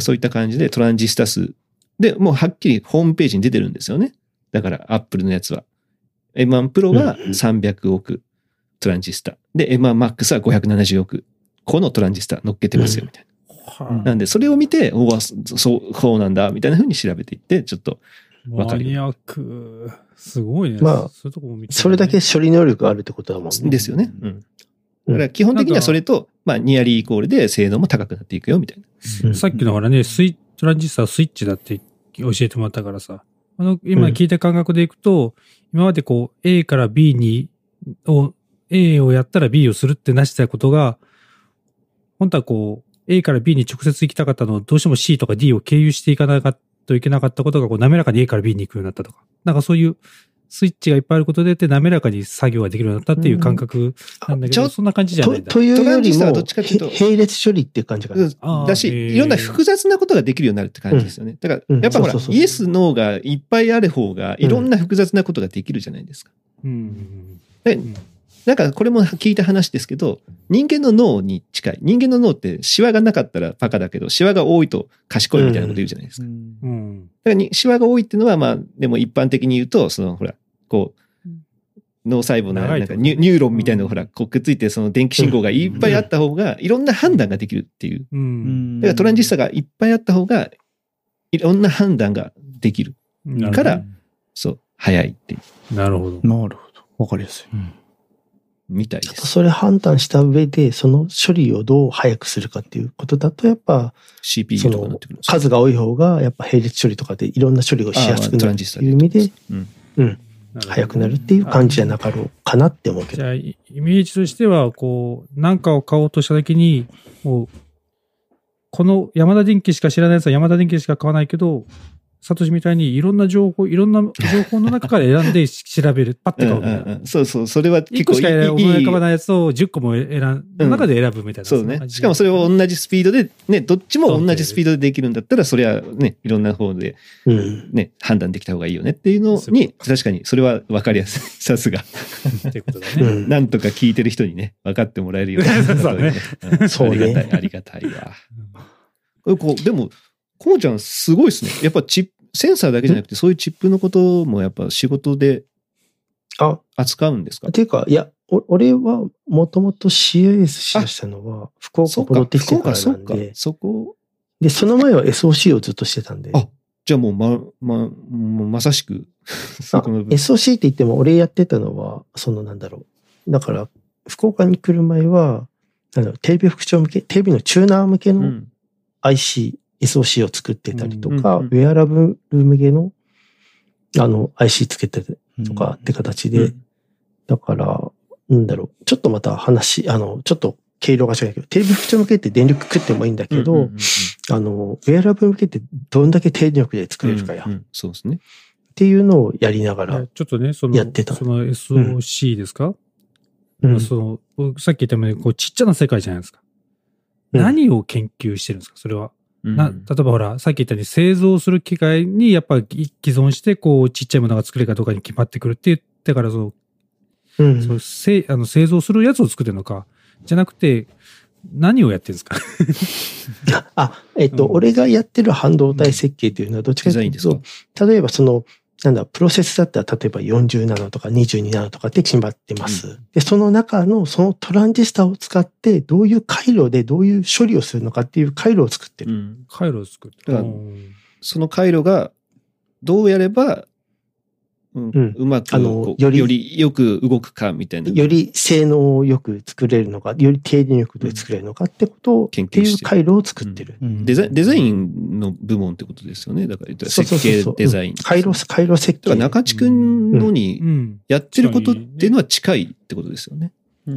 そういった感じでトランジスタ数で、もうはっきりホームページに出てるんですよね。だから、アップルのやつは。エムワン Pro がさんびゃくおくトランジスタ。で、エムワン Max はごひゃくななじゅうおく。このトランジスタ乗っけてますよ、みたいな。うん、なんで、それを見て、おわ、そう、そうなんだ、みたいな風に調べていって、ちょっとわかる。 マニアック。すごいね。 まあ、そういうとこも見て、ね、それだけ処理能力があるってことだもんね。 ですよね。うん。だから基本的にはそれと、まあ、ニアリーイコールで性能も高くなっていくよ、みたいな。さっきのほらね、スイッチ、トランジスタはスイッチだって教えてもらったからさ。あの、今聞いた感覚でいくと、うん、今までこう、A から B に、を、A をやったら B をするってなしてたことが、本当はこう、A から B に直接行きたかったのを、どうしても C とか D を経由していかなかったといけなかったことが、こう、滑らかに A から B に行くようになったとか。なんかそういう、スイッチがいっぱいあることで、滑らかに作業ができるようになったっていう感覚なんだけど、うん、そんな感じじゃないんだ。 というよりも、並列処理っていう感じかな。 だし、いろんな複雑なことができるようになるって感じですよね。だから、やっぱほら、イエス、ノーがいっぱいある方が、いろんな複雑なことができるじゃないですか。うん、で、うん、なんかこれも聞いた話ですけど、人間の脳に近い。人間の脳ってシワがなかったらバカだけど、シワが多いと賢いみたいなこと言うじゃないですか。うんうん、だからシワが多いっていうのは、まあ、でも一般的に言うと、そのほら、こう、脳細胞のなんかニューロンみたいなのがほら、こうくっついてその電気信号がいっぱいあった方が、いろんな判断ができるっていう。うん、だからトランジスタがいっぱいあった方が、いろんな判断ができるから、そう、早いっていう。 なるほど。 なるほど。わかりやすい。うんみたいです。 それ判断した上で、その処理をどう早くするかっていうことだと、やっぱ、 シーピーユー とかになってくる。 数が多い方が、やっぱ並列処理とかでいろんな処理をしやすくなるっていう意味で、うん。うん。早くなるっていう感じじゃなかろうかなって思うけど。 じゃあ、イメージとしては、こう、何かを買おうとしたときに、もう、このヤマダ電機しか知らないやつはヤマダ電機しか買わないけど、サトシみたいにいろんな情報、いろんな情報の中から選んで調べる。パッて買うみたいな。うんうんうん、 そうそう、それは結構いい。いっこしか思い浮かばないやつをじゅっこも選ん、うん、中で選ぶみたいな。そうね。しかもそれを同じスピードで、ね、どっちも同じスピードでできるんだったら、それはね、いろんな方で、ね、うん、判断できた方がいいよねっていうのに、確かにそれは分かりやすい。さすが。 っていうことだね、うん。 なんとか聞いてる人にね、分かってもらえるように。 そうね。 そうね。 ありがたい、ありがたいわ。こうでも、こうちゃんすごいですね。やっぱチップ、センサーだけじゃなくて、そういうチップのこともやっぱ仕事で扱うんですか？ っていうか、いや、俺はもともと シーアイエス しだしたのは、福岡戻ってきてからなんで、 そこで、その前は エスオーシー をずっとしてたんで。 あ、じゃあもうま、ま、もうまさしく、 そこの部分。エスオーシー って言っても、俺やってたのは、そのなんだろう。だから、 福岡に来る前は、あのテレビ副長向け、テレビのチューナー向けの アイシー、エスオーシー を作ってたりとか、うん、ウェアラブル向けの、あの、アイシー つけてたりとかって形で、うん、だから、なんだろう、ちょっとまた話、あの、ちょっと経路が違うけど、テレビ副長向けって電力食ってもいいんだけど、うんうんうんうん、あの、ウェアラブル向けってどんだけ低電力で作れるかや。 うんうん、そうですね。 っていうのをやりながら、 ちょっとね、その、 やってた。 その エスオーシー ですか、うん、その、さっき言ったように、こう、ちっちゃな世界じゃないですか。うん、何を研究してるんですかそれは。な、例えばほら、さっき言ったように製造する機械にやっぱり既存して、こう、ちっちゃいものが作れるかどうかに決まってくるって言ってから、その、うん、そうせあの製造するやつを作ってるのか、じゃなくて、何をやってるんですかあ、えっと、うん、俺がやってる半導体設計というのはどっちかというと、例えばその、なんだ、プロセスだったら例えばよんじゅうナノとかにじゅうにナノとかって決まってます。うん、で、その中のそのトランジスタを使ってどういう回路でどういう処理をするのかっていう回路を作ってる。うん、 回路を作ってる。 その回路がどうやれば、うんうん、うまくあのより、よりよく動くかみたいな。 より性能をよく作れるのか、より低電力で作れるのかってことを、研究してっていう回路を作ってる、 うんデザイン。デザインの部門ってことですよね。だから設計デザイン。 回路、回路設計。 だから中地くんのにやってることっていうのは近いってことですよね。 うん、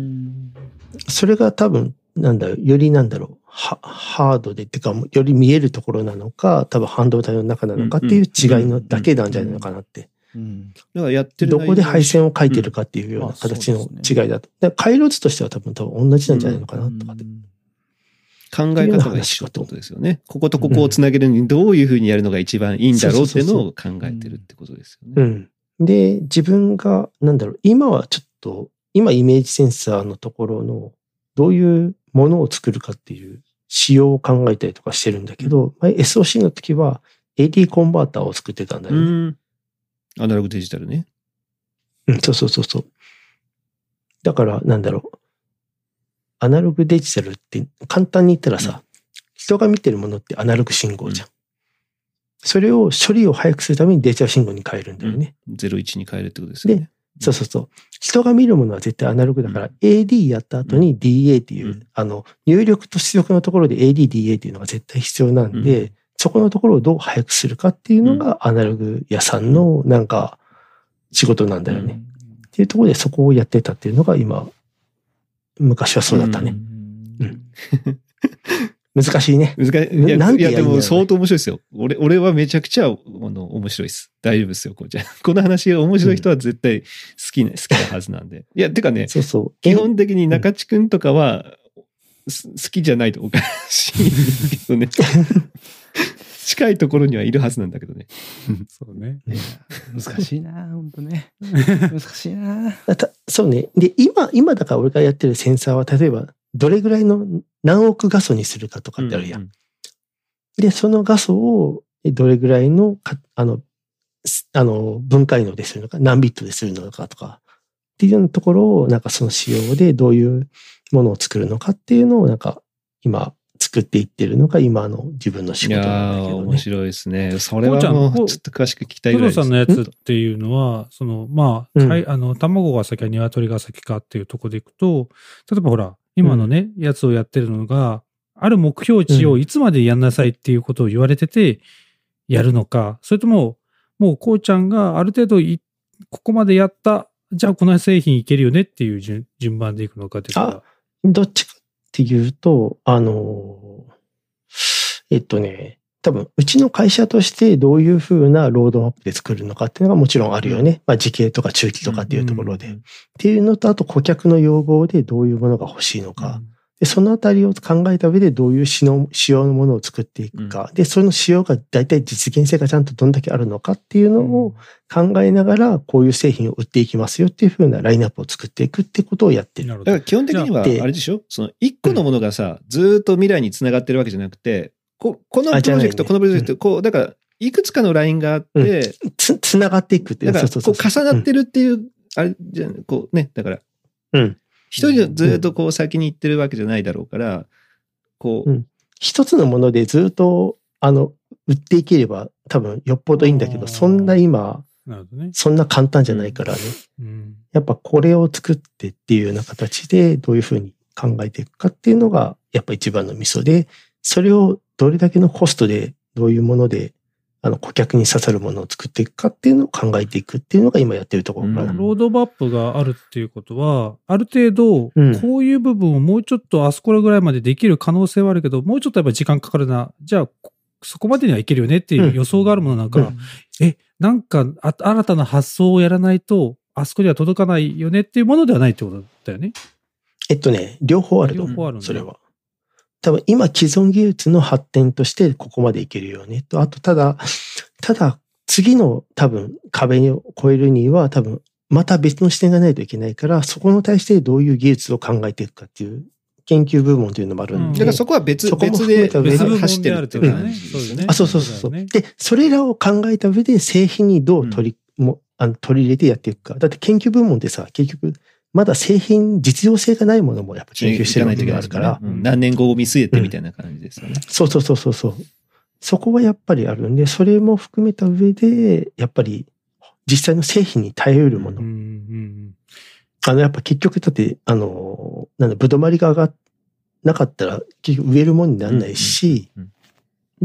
それが多分、なんだろう、よりなんだろう、ハードでっていうか、より見えるところなのか、多分半導体の中なのかっていう違いのだけなんじゃないのかなって。うん、 だからやってるどこで配線を書いてるかっていうような形の違いだと。うんね、回路図としては多分多分同じなんじゃないのかなとかで、うん、 考え方が一緒ってことですよね。こことここをつなげるのにどういうふうにやるのが一番いいんだろうっていうのを考えてるってことですよね。 うん。で、自分が、なんだろう、今はちょっと、今イメージセンサーのところのどういうものを作るかっていう仕様を考えたりとかしてるんだけど、前 エスオーシー の時は エーディー コンバーターを作ってたんだよね。うんアナログデジタルね。 うん、そうそうそうそう。だから、なんだろう。アナログデジタルって簡単に言ったらさ、うん、人が見てるものってアナログ信号じゃん。うん、それを処理を早くするためにデジタル信号に変えるんだよね。 うん、ゼロいちに変えるってことですよね。 で、そうそうそう。人が見るものは絶対アナログだから、うん、エーディー やった後に ディーエー っていう、うん、あの、入力と出力のところで エーディー、ディーエー っていうのが絶対必要なんで、うんそこのところをどう早くするかっていうのがアナログ屋さんのなんか仕事なんだよね。うん、っていうところでそこをやってたっていうのが今、昔はそうだったね。うん、難しいね。 難しい。いや、なんていやでも相当面白いですよ。俺、俺はめちゃくちゃあの面白いです。大丈夫ですよ。こうじゃこの話が面白い人は絶対好きな、好きなはずなんで。いや、てかね、 そうそう基本的に中地くんとかは、好きじゃないとおかしいんですけどね。近いところにはいるはずなんだけどね。 そうね。 難しいな本当ね。難しいなそうね。で、今、今だから俺がやってるセンサーは、例えば、どれぐらいの何億画素にするかとかってあるやん。うんうん、で、その画素をどれぐらいの、あの、あの、分解能でするのか、何ビットでするのかとか、っていうようなところを、なんかその仕様でどういうものを作るのかっていうのを、なんか、今、作っていってるのが今の自分の仕事なんだけどね。いやー、面白いですね。それはもうちょっと詳しく聞きたいぐらいです。 工藤さんのやつっていうのは、その、まあ、うん、あの、卵が先か鶏が先かっていうところでいくと、例えばほら、今のね、うん、やつをやってるのが、ある目標値をいつまでやんなさいっていうことを言われてて、やるのか、それとも、もうこうちゃんがある程度い、ここまでやった、じゃあこの製品いけるよねっていう順順番でいくのかっていうか。 どっちかっていうと、あの、えっとね、多分、うちの会社としてどういうふうなロードマップで作るのかっていうのがもちろんあるよね。まあ、時系とか中期とかっていうところで。っていうのと、あと顧客の要望でどういうものが欲しいのか。で、そのあたりを考えた上でどういう仕様のものを作っていくか。で、その仕様が大体実現性がちゃんとどんだけあるのかっていうのを考えながら、こういう製品を売っていきますよっていうふうなラインナップを作っていくってことをやってる。 だから基本的には、あれでしょその一個のものがさ、ずーっと未来につながってるわけじゃなくて、こ, このプロジェクト、ね、このプロジェクト、こう、だから、いくつかのラインがあって、うん、 つ、つながっていくっていう。 だから、こう重なってるっていう、うん、あれじゃん、こうね、だから、 うん。 一人でずっとこう先に行ってるわけじゃないだろうから、こう。 うん、一つのものでずっと、あの、売っていければ多分よっぽどいいんだけど、そんな今、 なるほどね。 そんな簡単じゃないからね。うん、やっぱこれを作ってっていうような形でどういうふうに考えていくかっていうのがやっぱ一番のミソで、それをどれだけのコストでどういうものであの顧客に刺さるものを作っていくかっていうのを考えていくっていうのが今やってるところかな。 うん、ロードマップがあるっていうことは、ある程度こういう部分をもうちょっとあそこらぐらいまでできる可能性はあるけど、もうちょっとやっぱり時間かかるな。じゃあそこまでにはいけるよねっていう予想があるものなんか、うん、え、なんかあ新たな発想をやらないと、あそこには届かないよねっていうものではないってことだよね。 えっとね、両方あると思う。両方あるんだ。それは。多分今既存技術の発展としてここまでいけるよねと、あとただ、ただ次の多分壁を越えるには多分また別の視点がないといけないから、そこに対してどういう技術を考えていくかっていう研究部門というのもあるんで。 だからそこは別、そこ別で走ってるっていう感じですね。 あ、そうそうそう。で、それらを考えた上で製品にどう取り、うん、もあの取り入れてやっていくか。だって研究部門ってさ、結局、まだ製品、実用性がないものもやっぱ研究してるわけがあるから。 うん、何年後を見据えてみたいな感じですよね、うん。 そうそうそうそうそう。そこはやっぱりあるんで、それも含めた上で、やっぱり実際の製品に耐えうるもの。うんうん、あの、やっぱ結局だって、あの、なんだ、ぶどまりが上がっなかったら結局植えるもんにならないし、うんうんうん、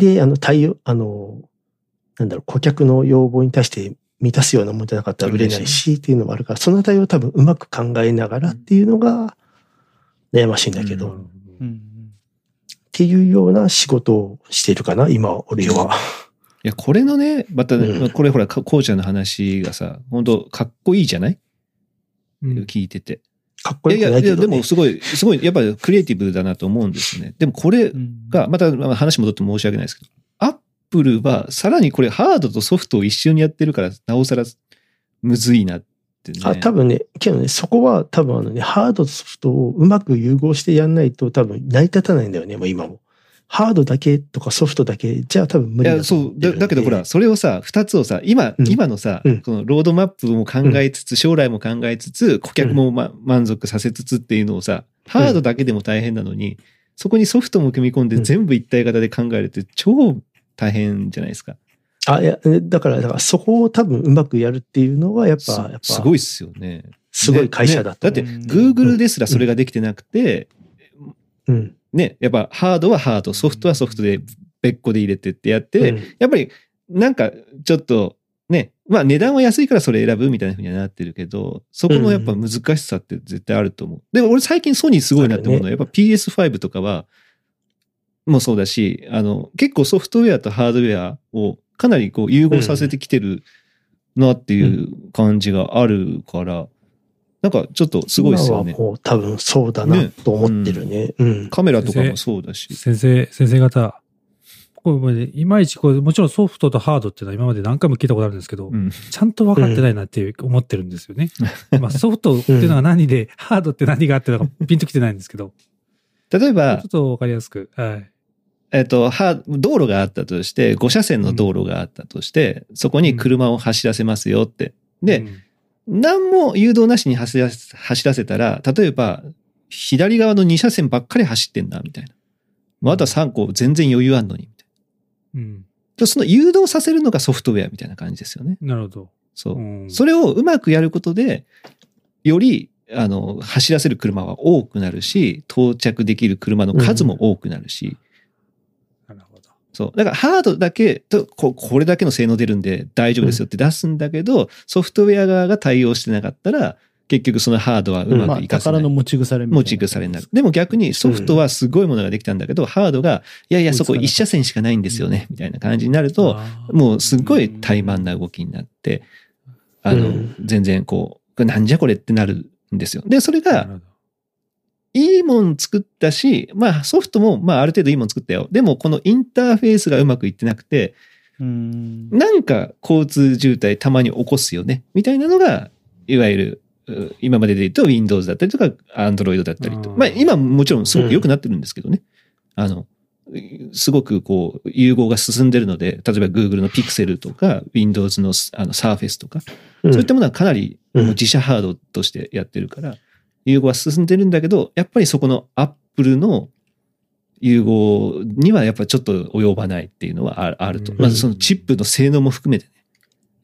で、あの、対応、あの、なんだろう、顧客の要望に対して満たすようなもんじゃなかったら売れないしっていうのもあるから、その対応を多分うまく考えながらっていうのが悩ましいんだけど、うんうん、っていうような仕事をしているかな、今、俺は。 いや、これのね、また、ね、うん、これほら、こうちゃんの話がさ、本当かっこいいじゃない、うん、聞いてて。 かっこよくないけど、ね、いやいや、 でもすごい、すごい、やっぱりクリエイティブだなと思うんですよね。でもこれが、また話戻って申し訳ないですけど、アップルはさらにこれハードとソフトを一緒にやってるから、なおさらむずいなってね。 あ、多分ね、けどね、そこは多分あのね、ハードとソフトをうまく融合してやんないと多分成り立たないんだよね、もう今も。ハードだけとかソフトだけじゃあ多分無理だと思ってるんで。 いや、そう。だ、だけどほら、それをさ、二つをさ、今、うん、今のさ、うん、このロードマップも考えつつ、うん、将来も考えつつ、顧客も、ま、満足させつつっていうのをさ、ハードだけでも大変なのに、そこにソフトも組み込んで全部一体型で考えるって超大変じゃないですか。 あ、いや、だから、だからそこを多分うまくやるっていうのは、やっぱ、やっぱ。 すごいっすよね。 すごい会社だった、 ねね。だって、Google ですらそれができてなくて、 うん。 ね、やっぱハードはハード、ソフトはソフトで別個で入れてってやって、うん、やっぱりなんかちょっとね、まあ値段は安いからそれ選ぶみたいな風にはなってるけど、そこのやっぱ難しさって絶対あると思う。でも俺最近ソニーすごいなって思うのは、やっぱ ピーエスファイブ とかは、もそうだし、あの、結構ソフトウェアとハードウェアをかなりこう融合させてきてるなっていう感じがあるから、なんかちょっとすごいですよね。 今はもう多分そうだなと思ってるね。ね、うんうん、 カメラとかもそうだし。 先生、先生方。これいまいちこれ、もちろんソフトとハードっていうのは今まで何回も聞いたことあるんですけど、うん、ちゃんと分かってないなっていう思ってるんですよね。うん、まあソフトっていうのが何で、うん、ハードって何があっていうのがピンときてないんですけど。 例えば、 ちょっと分かりやすく。はい。 えっと、道路があったとして、ご車線の道路があったとして、うん、そこに車を走らせますよって。で、うん何も誘導なしに走らせ、走らせたら、例えば、左側のに車線ばっかり走ってんな、みたいな。まあ、あとはさんこ全然余裕あんのに、みたいな。うん。その誘導させるのがソフトウェアみたいな感じですよね。 なるほど。 そう。うん、それをうまくやることで、より、あの、走らせる車は多くなるし、到着できる車の数も多くなるし、うんそう。だからハードだけとこ、これだけの性能出るんで大丈夫ですよって出すんだけど、うん、ソフトウェア側が対応してなかったら、結局そのハードはうまくいかせない。うんまあ、 宝の持ち腐れみたいな。 持ち腐れになる。でも逆にソフトはすごいものができたんだけど、うん、ハードが、いやいやそこ一車線しかないんですよね、うん、みたいな感じになると、もうすごい怠慢な動きになって、あの、うん、全然こう、なんじゃこれってなるんですよ。で、それが、いいもん作ったし、まあソフトもまあある程度いいもん作ったよ。でもこのインターフェースがうまくいってなくて、うーんなんか交通渋滞たまに起こすよね。みたいなのが、いわゆる今までで言うと Windows だったりとか Android だったりと。まあ今もちろんすごく良くなってるんですけどね。うん、あの、すごくこう融合が進んでるので、例えば Google の Pixel とか Windows のあの Surface とか、そういったものはかなり自社ハードとしてやってるから、融合は進んでるんだけど、やっぱりそこのアップルの融合にはやっぱちょっと及ばないっていうのはあると。まずそのチップの性能も含めてね。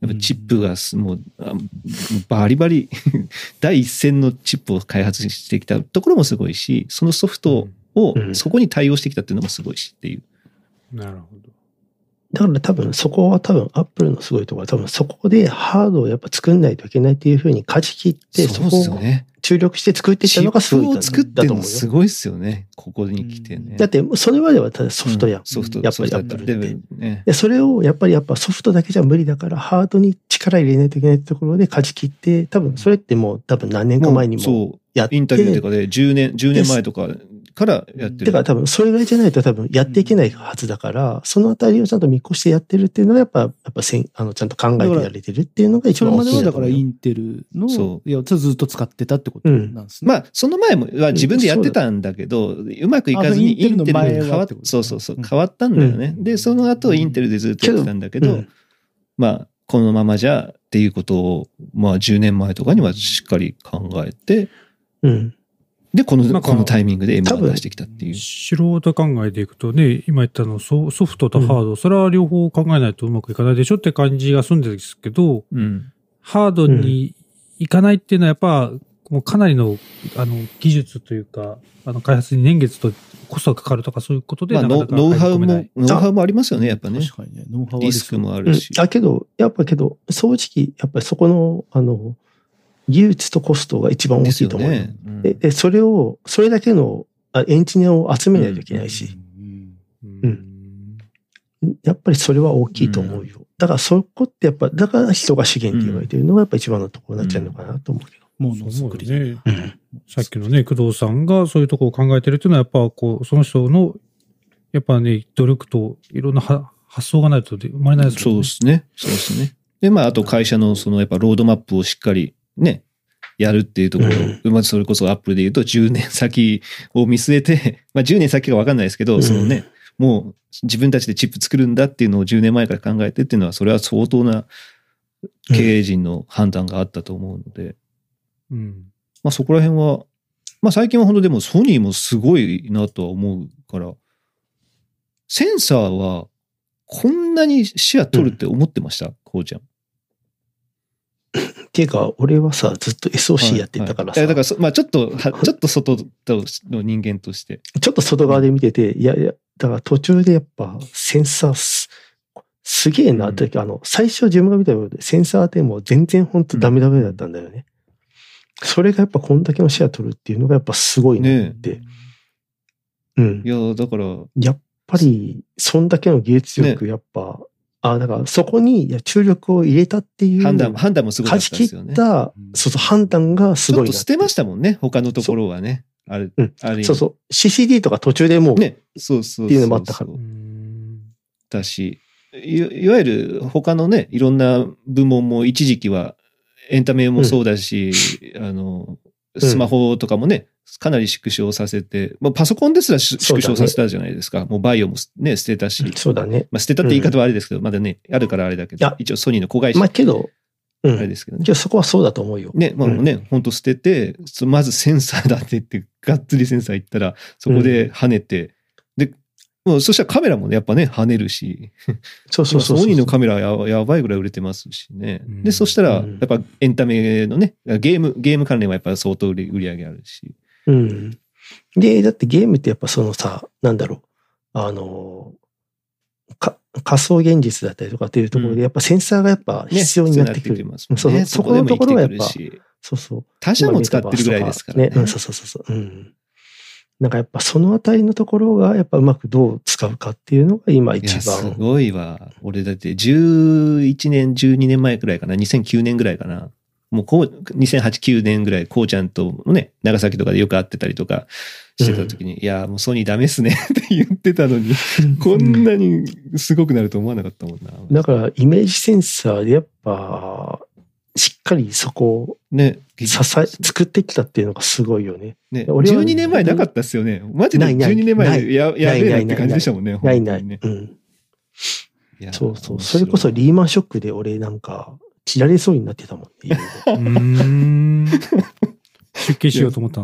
やっぱチップがもうバリバリ第一線のチップを開発してきたところもすごいし、そのソフトをそこに対応してきたっていうのもすごいしっていう。 なるほど。 だから多分そこは多分アップルのすごいところは多分そこでハードをやっぱ作んないといけないっていうふうに舵切ってそこを注力して作っていったのがすごいだと思うよ。チップを作ってるのすごいっすよね。ここに来てね。 だってそれまではただソフトやん。うん、 ソフトやっぱりアップルって。 ね、 でそれをやっぱりやっぱソフトだけじゃ無理だからハードに力入れないといけないところで舵切って多分それってもう多分何年か前にもやって。 インタビューとかでじゅうねん、じゅうねんまえとか。からやってる。 だから多分それぐらいじゃないと多分やっていけないはずだから、うん、そのあたりをちゃんと見越してやってるっていうのがやっぱ、やっぱせん、あの、ちゃんと考えてやれてるっていうのが一番大きい。 それまではだからインテルのやつをずっと使ってたってことなんですね。 うん、まあ、その前もは自分でやってたんだけど、う, うまくいかずにインテルに変わっ、そうそうそう、変わったんだよね。うん、で、その後インテルでずっとやってたんだけど、うん、まあ、このままじゃっていうことを、まあじゅうねんまえとかにはしっかり考えて、うん。で、この、このタイミングで エムワン 出してきたっていう。 素人考えでいくとね、今言ったのソ、ソフトとハード、うん、それは両方考えないとうまくいかないでしょって感じがするんですけど、うん、ハードにいかないっていうのはやっぱ、もうかなりの、あの、技術というか、あの、開発に年月とコストがかかるとかそういうことで、 まあ、 なかなかノウハウも、ノウハウもありますよね、やっぱね。 確かにね、ノウハウリスクもあるし。 うん、あ、けど、やっぱけど、正直、やっぱりそこの、あの、技術とコストが一番大きいと思う。ねうん、で, で、それを、それだけのエンジニアを集めないといけないし、うんうんうん、やっぱりそれは大きいと思うよ。うん、だからそこってやっぱ、だから人が資源って言われてるのがやっぱ一番のところになっちゃうのかなと思うけど。 もうのづくりね、うん。さっきのね、工藤さんがそういうところを考えてるっていうのはやっぱこう、その人の、やっぱね、努力といろんな発想がないと生まれないですよね。 そうですね。そうですね。で、まあ、あと会社のそのやっぱロードマップをしっかりね、やるっていうところ、うん、まずそれこそアップルで言うとじゅうねん先を見据えて、まあじゅうねん先か分かんないですけど、うん、そのね、もう自分たちでチップ作るんだっていうのをじゅうねんまえから考えてっていうのは、それは相当な経営陣の判断があったと思うので、うん、まあそこら辺は、まあ最近は本当でもソニーもすごいなとは思うから、センサーはこんなにシェア取るって思ってました、うん、こうちゃん。 っていうか、俺はさ、ずっと エスオーシー やってたからさ。 はいはい、だから、まあちょっと、ちょっと外の人間として。 ちょっと外側で見てて、いやいや、だから途中でやっぱセンサーす、すげえなって、うん、あの、最初自分が見たようで、センサーでも全然本当ダメダメだったんだよね。うん、それがやっぱこんだけのシェア取るっていうのがやっぱすごいなって。ね、うん。 いや、だから。 やっぱり、そんだけの技術力、やっぱ、ね、あだからそこに注力を入れたっていう。 判断、判断もすごかったですよね。 勝ち切った、そうそう、判断がすごいな。 ちょっと捨てましたもんね、他のところはね。ある、 うん、あるそうそう。シーシーディー とか途中でもう、 ね、そうそう。 っていうのもあったから。 だし、い、いわゆる他のね、いろんな部門も一時期は、エンタメもそうだし、うん、あの、スマホとかもね、うんかなり縮小させて、まあ、パソコンですら縮小させたじゃないですか。うね、もうバイオもね、捨てたし。 そうだね。 まあ、捨てたって言い方はあれですけど、うん、まだね、あるからあれだけど、一応ソニーの子会社。 まあ、けど、うん、 あれですけどね。 じゃあそこはそうだと思うよ。 ね、まあもうね、うん、ほんと捨てて、まずセンサーだって言って、がっつりセンサー行ったら、そこで跳ねて、うん、で、もうそしたらカメラもね、やっぱね、跳ねるし。 そうそうそうそう。 ソニーのカメラは や, やばいぐらい売れてますしね。うん、で、そしたら、やっぱエンタメのね、ゲーム、ゲーム関連はやっぱ相当売り上げあるし。 うん。で、だってゲームってやっぱそのさ、なんだろう、あの、か仮想現実だったりとかっていうところで、やっぱセンサーがやっぱ必要になってくる。ね、そうそう、ね、そこのところがやっぱ、そうそう。 他社も使ってるぐらいですからね。 ね、うん、そうそうそうそう。うん。なんかやっぱそのあたりのところがやっぱうまくどう使うかっていうのが今一番。 いやすごいわ。俺だってじゅういちねん、じゅうにねんまえくらいかな、にせんきゅうねんぐらいかな。もうこう、にせんはち、きゅうねんぐらい、こうちゃんとね、長崎とかでよく会ってたりとかしてた時に、うん、いや、もうソニーダメっすねって言ってたのに、こんなにすごくなると思わなかったもんな。 だから、イメージセンサーでやっぱ、しっかりそこを、ね、支え、作ってきたっていうのがすごいよね。 ね、俺はじゅうにねんまえなかったっすよね。マジでじゅうにねんまえで や, やべえなって感じでしたもんね。 ないないない。うん。そうそう。それこそリーマンショックで俺なんか、切られそうになってたもんね。 うーん出家しようと思ったんですか？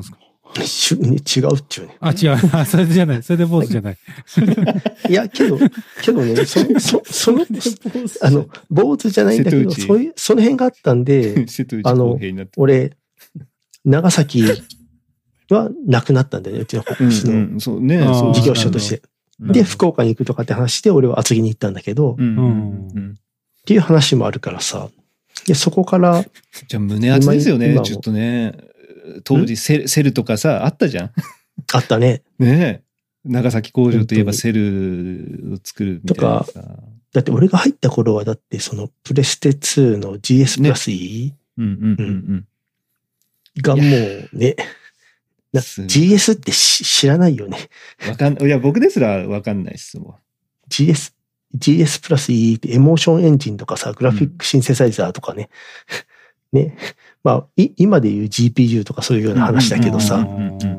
しゅね、違うっちゅうね。 あ、違う。あ、それじゃない。それで坊主じゃない。 いや、けど、けどね、そ、そ、その、あの、坊主じゃないんだけど、そういう、その辺があったんで、あの、俺、長崎はなくなったんだよね、うちの国士の事業所として。で、福岡に行くとかって話で、俺は厚木に行ったんだけど、っていう話もあるからさ。で、そこから。 じゃあ胸熱ですよね、ちょっとね。当時セル、セルとかさ、あったじゃん。 あったね。 ねえ。長崎工場といえばセルを作るみたいなさ。とか、 だって俺が入った頃はだってそのプレステツーの ジーエス プラス E、ね、うんうんうんうん。がもうね、ジーエス って知らないよね。 わかん、いや僕ですらわかんないっすもん。 ジーエス、ジーエス プラス E ってエモーションエンジンとかさ、グラフィックシンセサイザーとかね。うん、ね。まあ、い、今でいう ジーピーユー とかそういうような話だけどさ。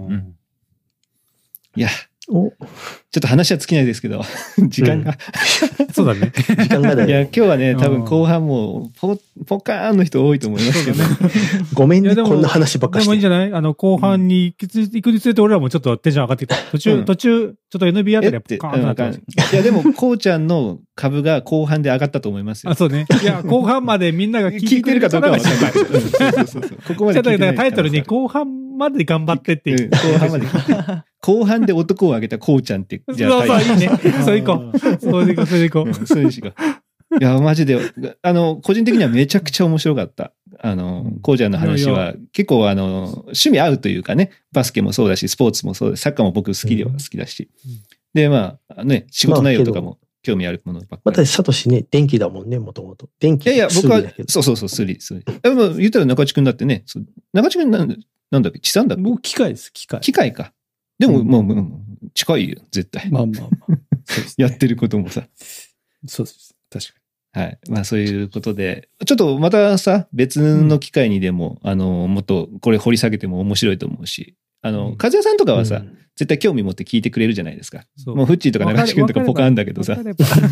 いや、おちょっと話は尽きないですけど、時間が、 うん。そうだね。 時間がだよ。 いや、今日はね、多分後半もポ、ポカーンの人多いと思いますけどね。 ごめんね、こんな話ばっかりして。 でもいいんじゃないあの、後半に行くにつれて俺らもちょっとテンション上がってきた。途中、うん、途中、ちょっと エヌビー あたりはポカーンなってます。 いや、でも、こうちゃんの株が後半で上がったと思いますよ。 あ、そうね。いや、後半までみんなが聞いてるかどうかは分かんない。そうそうそう。ここまで聞いてない。 タイトルに後半まで頑張ってっていう。 後半まで聞いて。後半で男を挙げたこうちゃんって、 じゃあ、そうそう、いいね。それ行こう。それで行こう、それで行こう。 そういうしか。いや、マジで、あの、個人的にはめちゃくちゃ面白かった。あの、こうちゃんの話は、結構あの、趣味合うというかね、バスケもそうだし、スポーツもそうだし、サッカーも僕好きでは好きだし。で、まあ、ね、仕事内容とかも興味あるものばっかり。 また、サトシね、電気だもんね、もともと。電気。 いやいや、僕は、そうそうそう、スリ、スリ。でも、言ったら中地くんだってね、中地くんなんなんだっけ、地産だっけ？ 僕、機械です、機械。 機械か。でも、もう、もう、近いよ、絶対。 まあまあまあ。 そうですね、やってることもさ。 そうです。確かに。はい。まあそういうことで、ちょっとまたさ、別の機会にでも、うん、あの、もっとこれ掘り下げても面白いと思うし、あの、和也さんとかはさ、うん、絶対興味持って聞いてくれるじゃないですか。もうフッチーとか中地君とかポカーンだけどさ。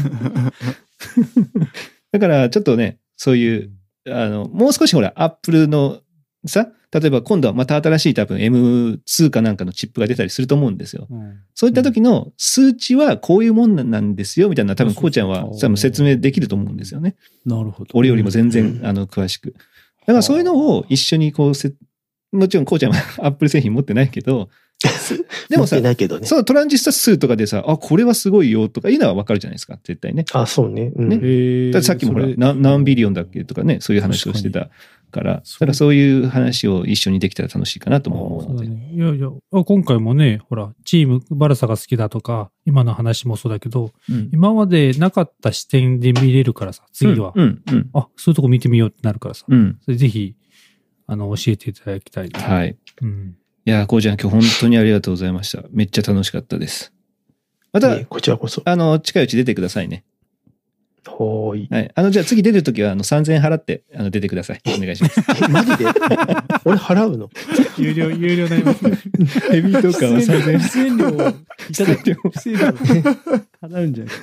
だからちょっとね、そういう、あの、もう少しほら、アップルのさ、例えば今度はまた新しい多分 エムツー かなんかのチップが出たりすると思うんですよ。うん、そういった時の数値はこういうもんなんですよみたいな多分こうちゃんは多分説明できると思うんですよね。 なるほど。 俺よりも全然、うん、あの詳しく。だからそういうのを一緒にこうせ、もちろんこうちゃんはアップル製品持ってないけど、でもさ、 ないけどね、 そのトランジスタ数とかでさ、あ、これはすごいよとかいうのはわかるじゃないですか、絶対ね。 あ、そうね。うん、 ね。だってさっきもほら、何、何ビリオンだっけとかね、そういう話をしてたから、だからそういう話を一緒にできたら楽しいかなとも思うので。 ね、いやいや、今回もね、ほら、チーム、バルサが好きだとか、今の話もそうだけど、うん、今までなかった視点で見れるからさ、次は、うんうんうん、あ、そういうとこ見てみようってなるからさ、うん、それぜひ、あの、教えていただきたいです。 はい。うんいやー、こうちゃん今日本当にありがとうございました。めっちゃ楽しかったです。また、 こちらこそ。 あの、近いうち出てくださいね。 ほーい。 はい。あの、じゃあ次出るときは、あの、さんぜんえん払って、あの、出てください。お願いします。 え、マジで俺払うの有料、有料になりますね。 ヘビートーカーはさんぜんえん。 出演料をいただく。出演料を払うんじゃない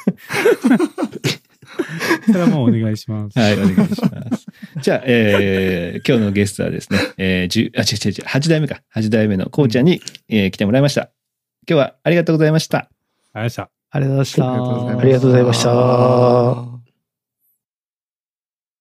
それはもうお願いします。 はい、お願いします。じゃあ、えー、今日のゲストはですね、えー、じゅう、あ、違う違う違う、はち代目か。はち代目のこうちゃんに、えー、来てもらいました。今日はありがとうございました。 ありがとうございました。 ありがとうございました。 ありがとうございました。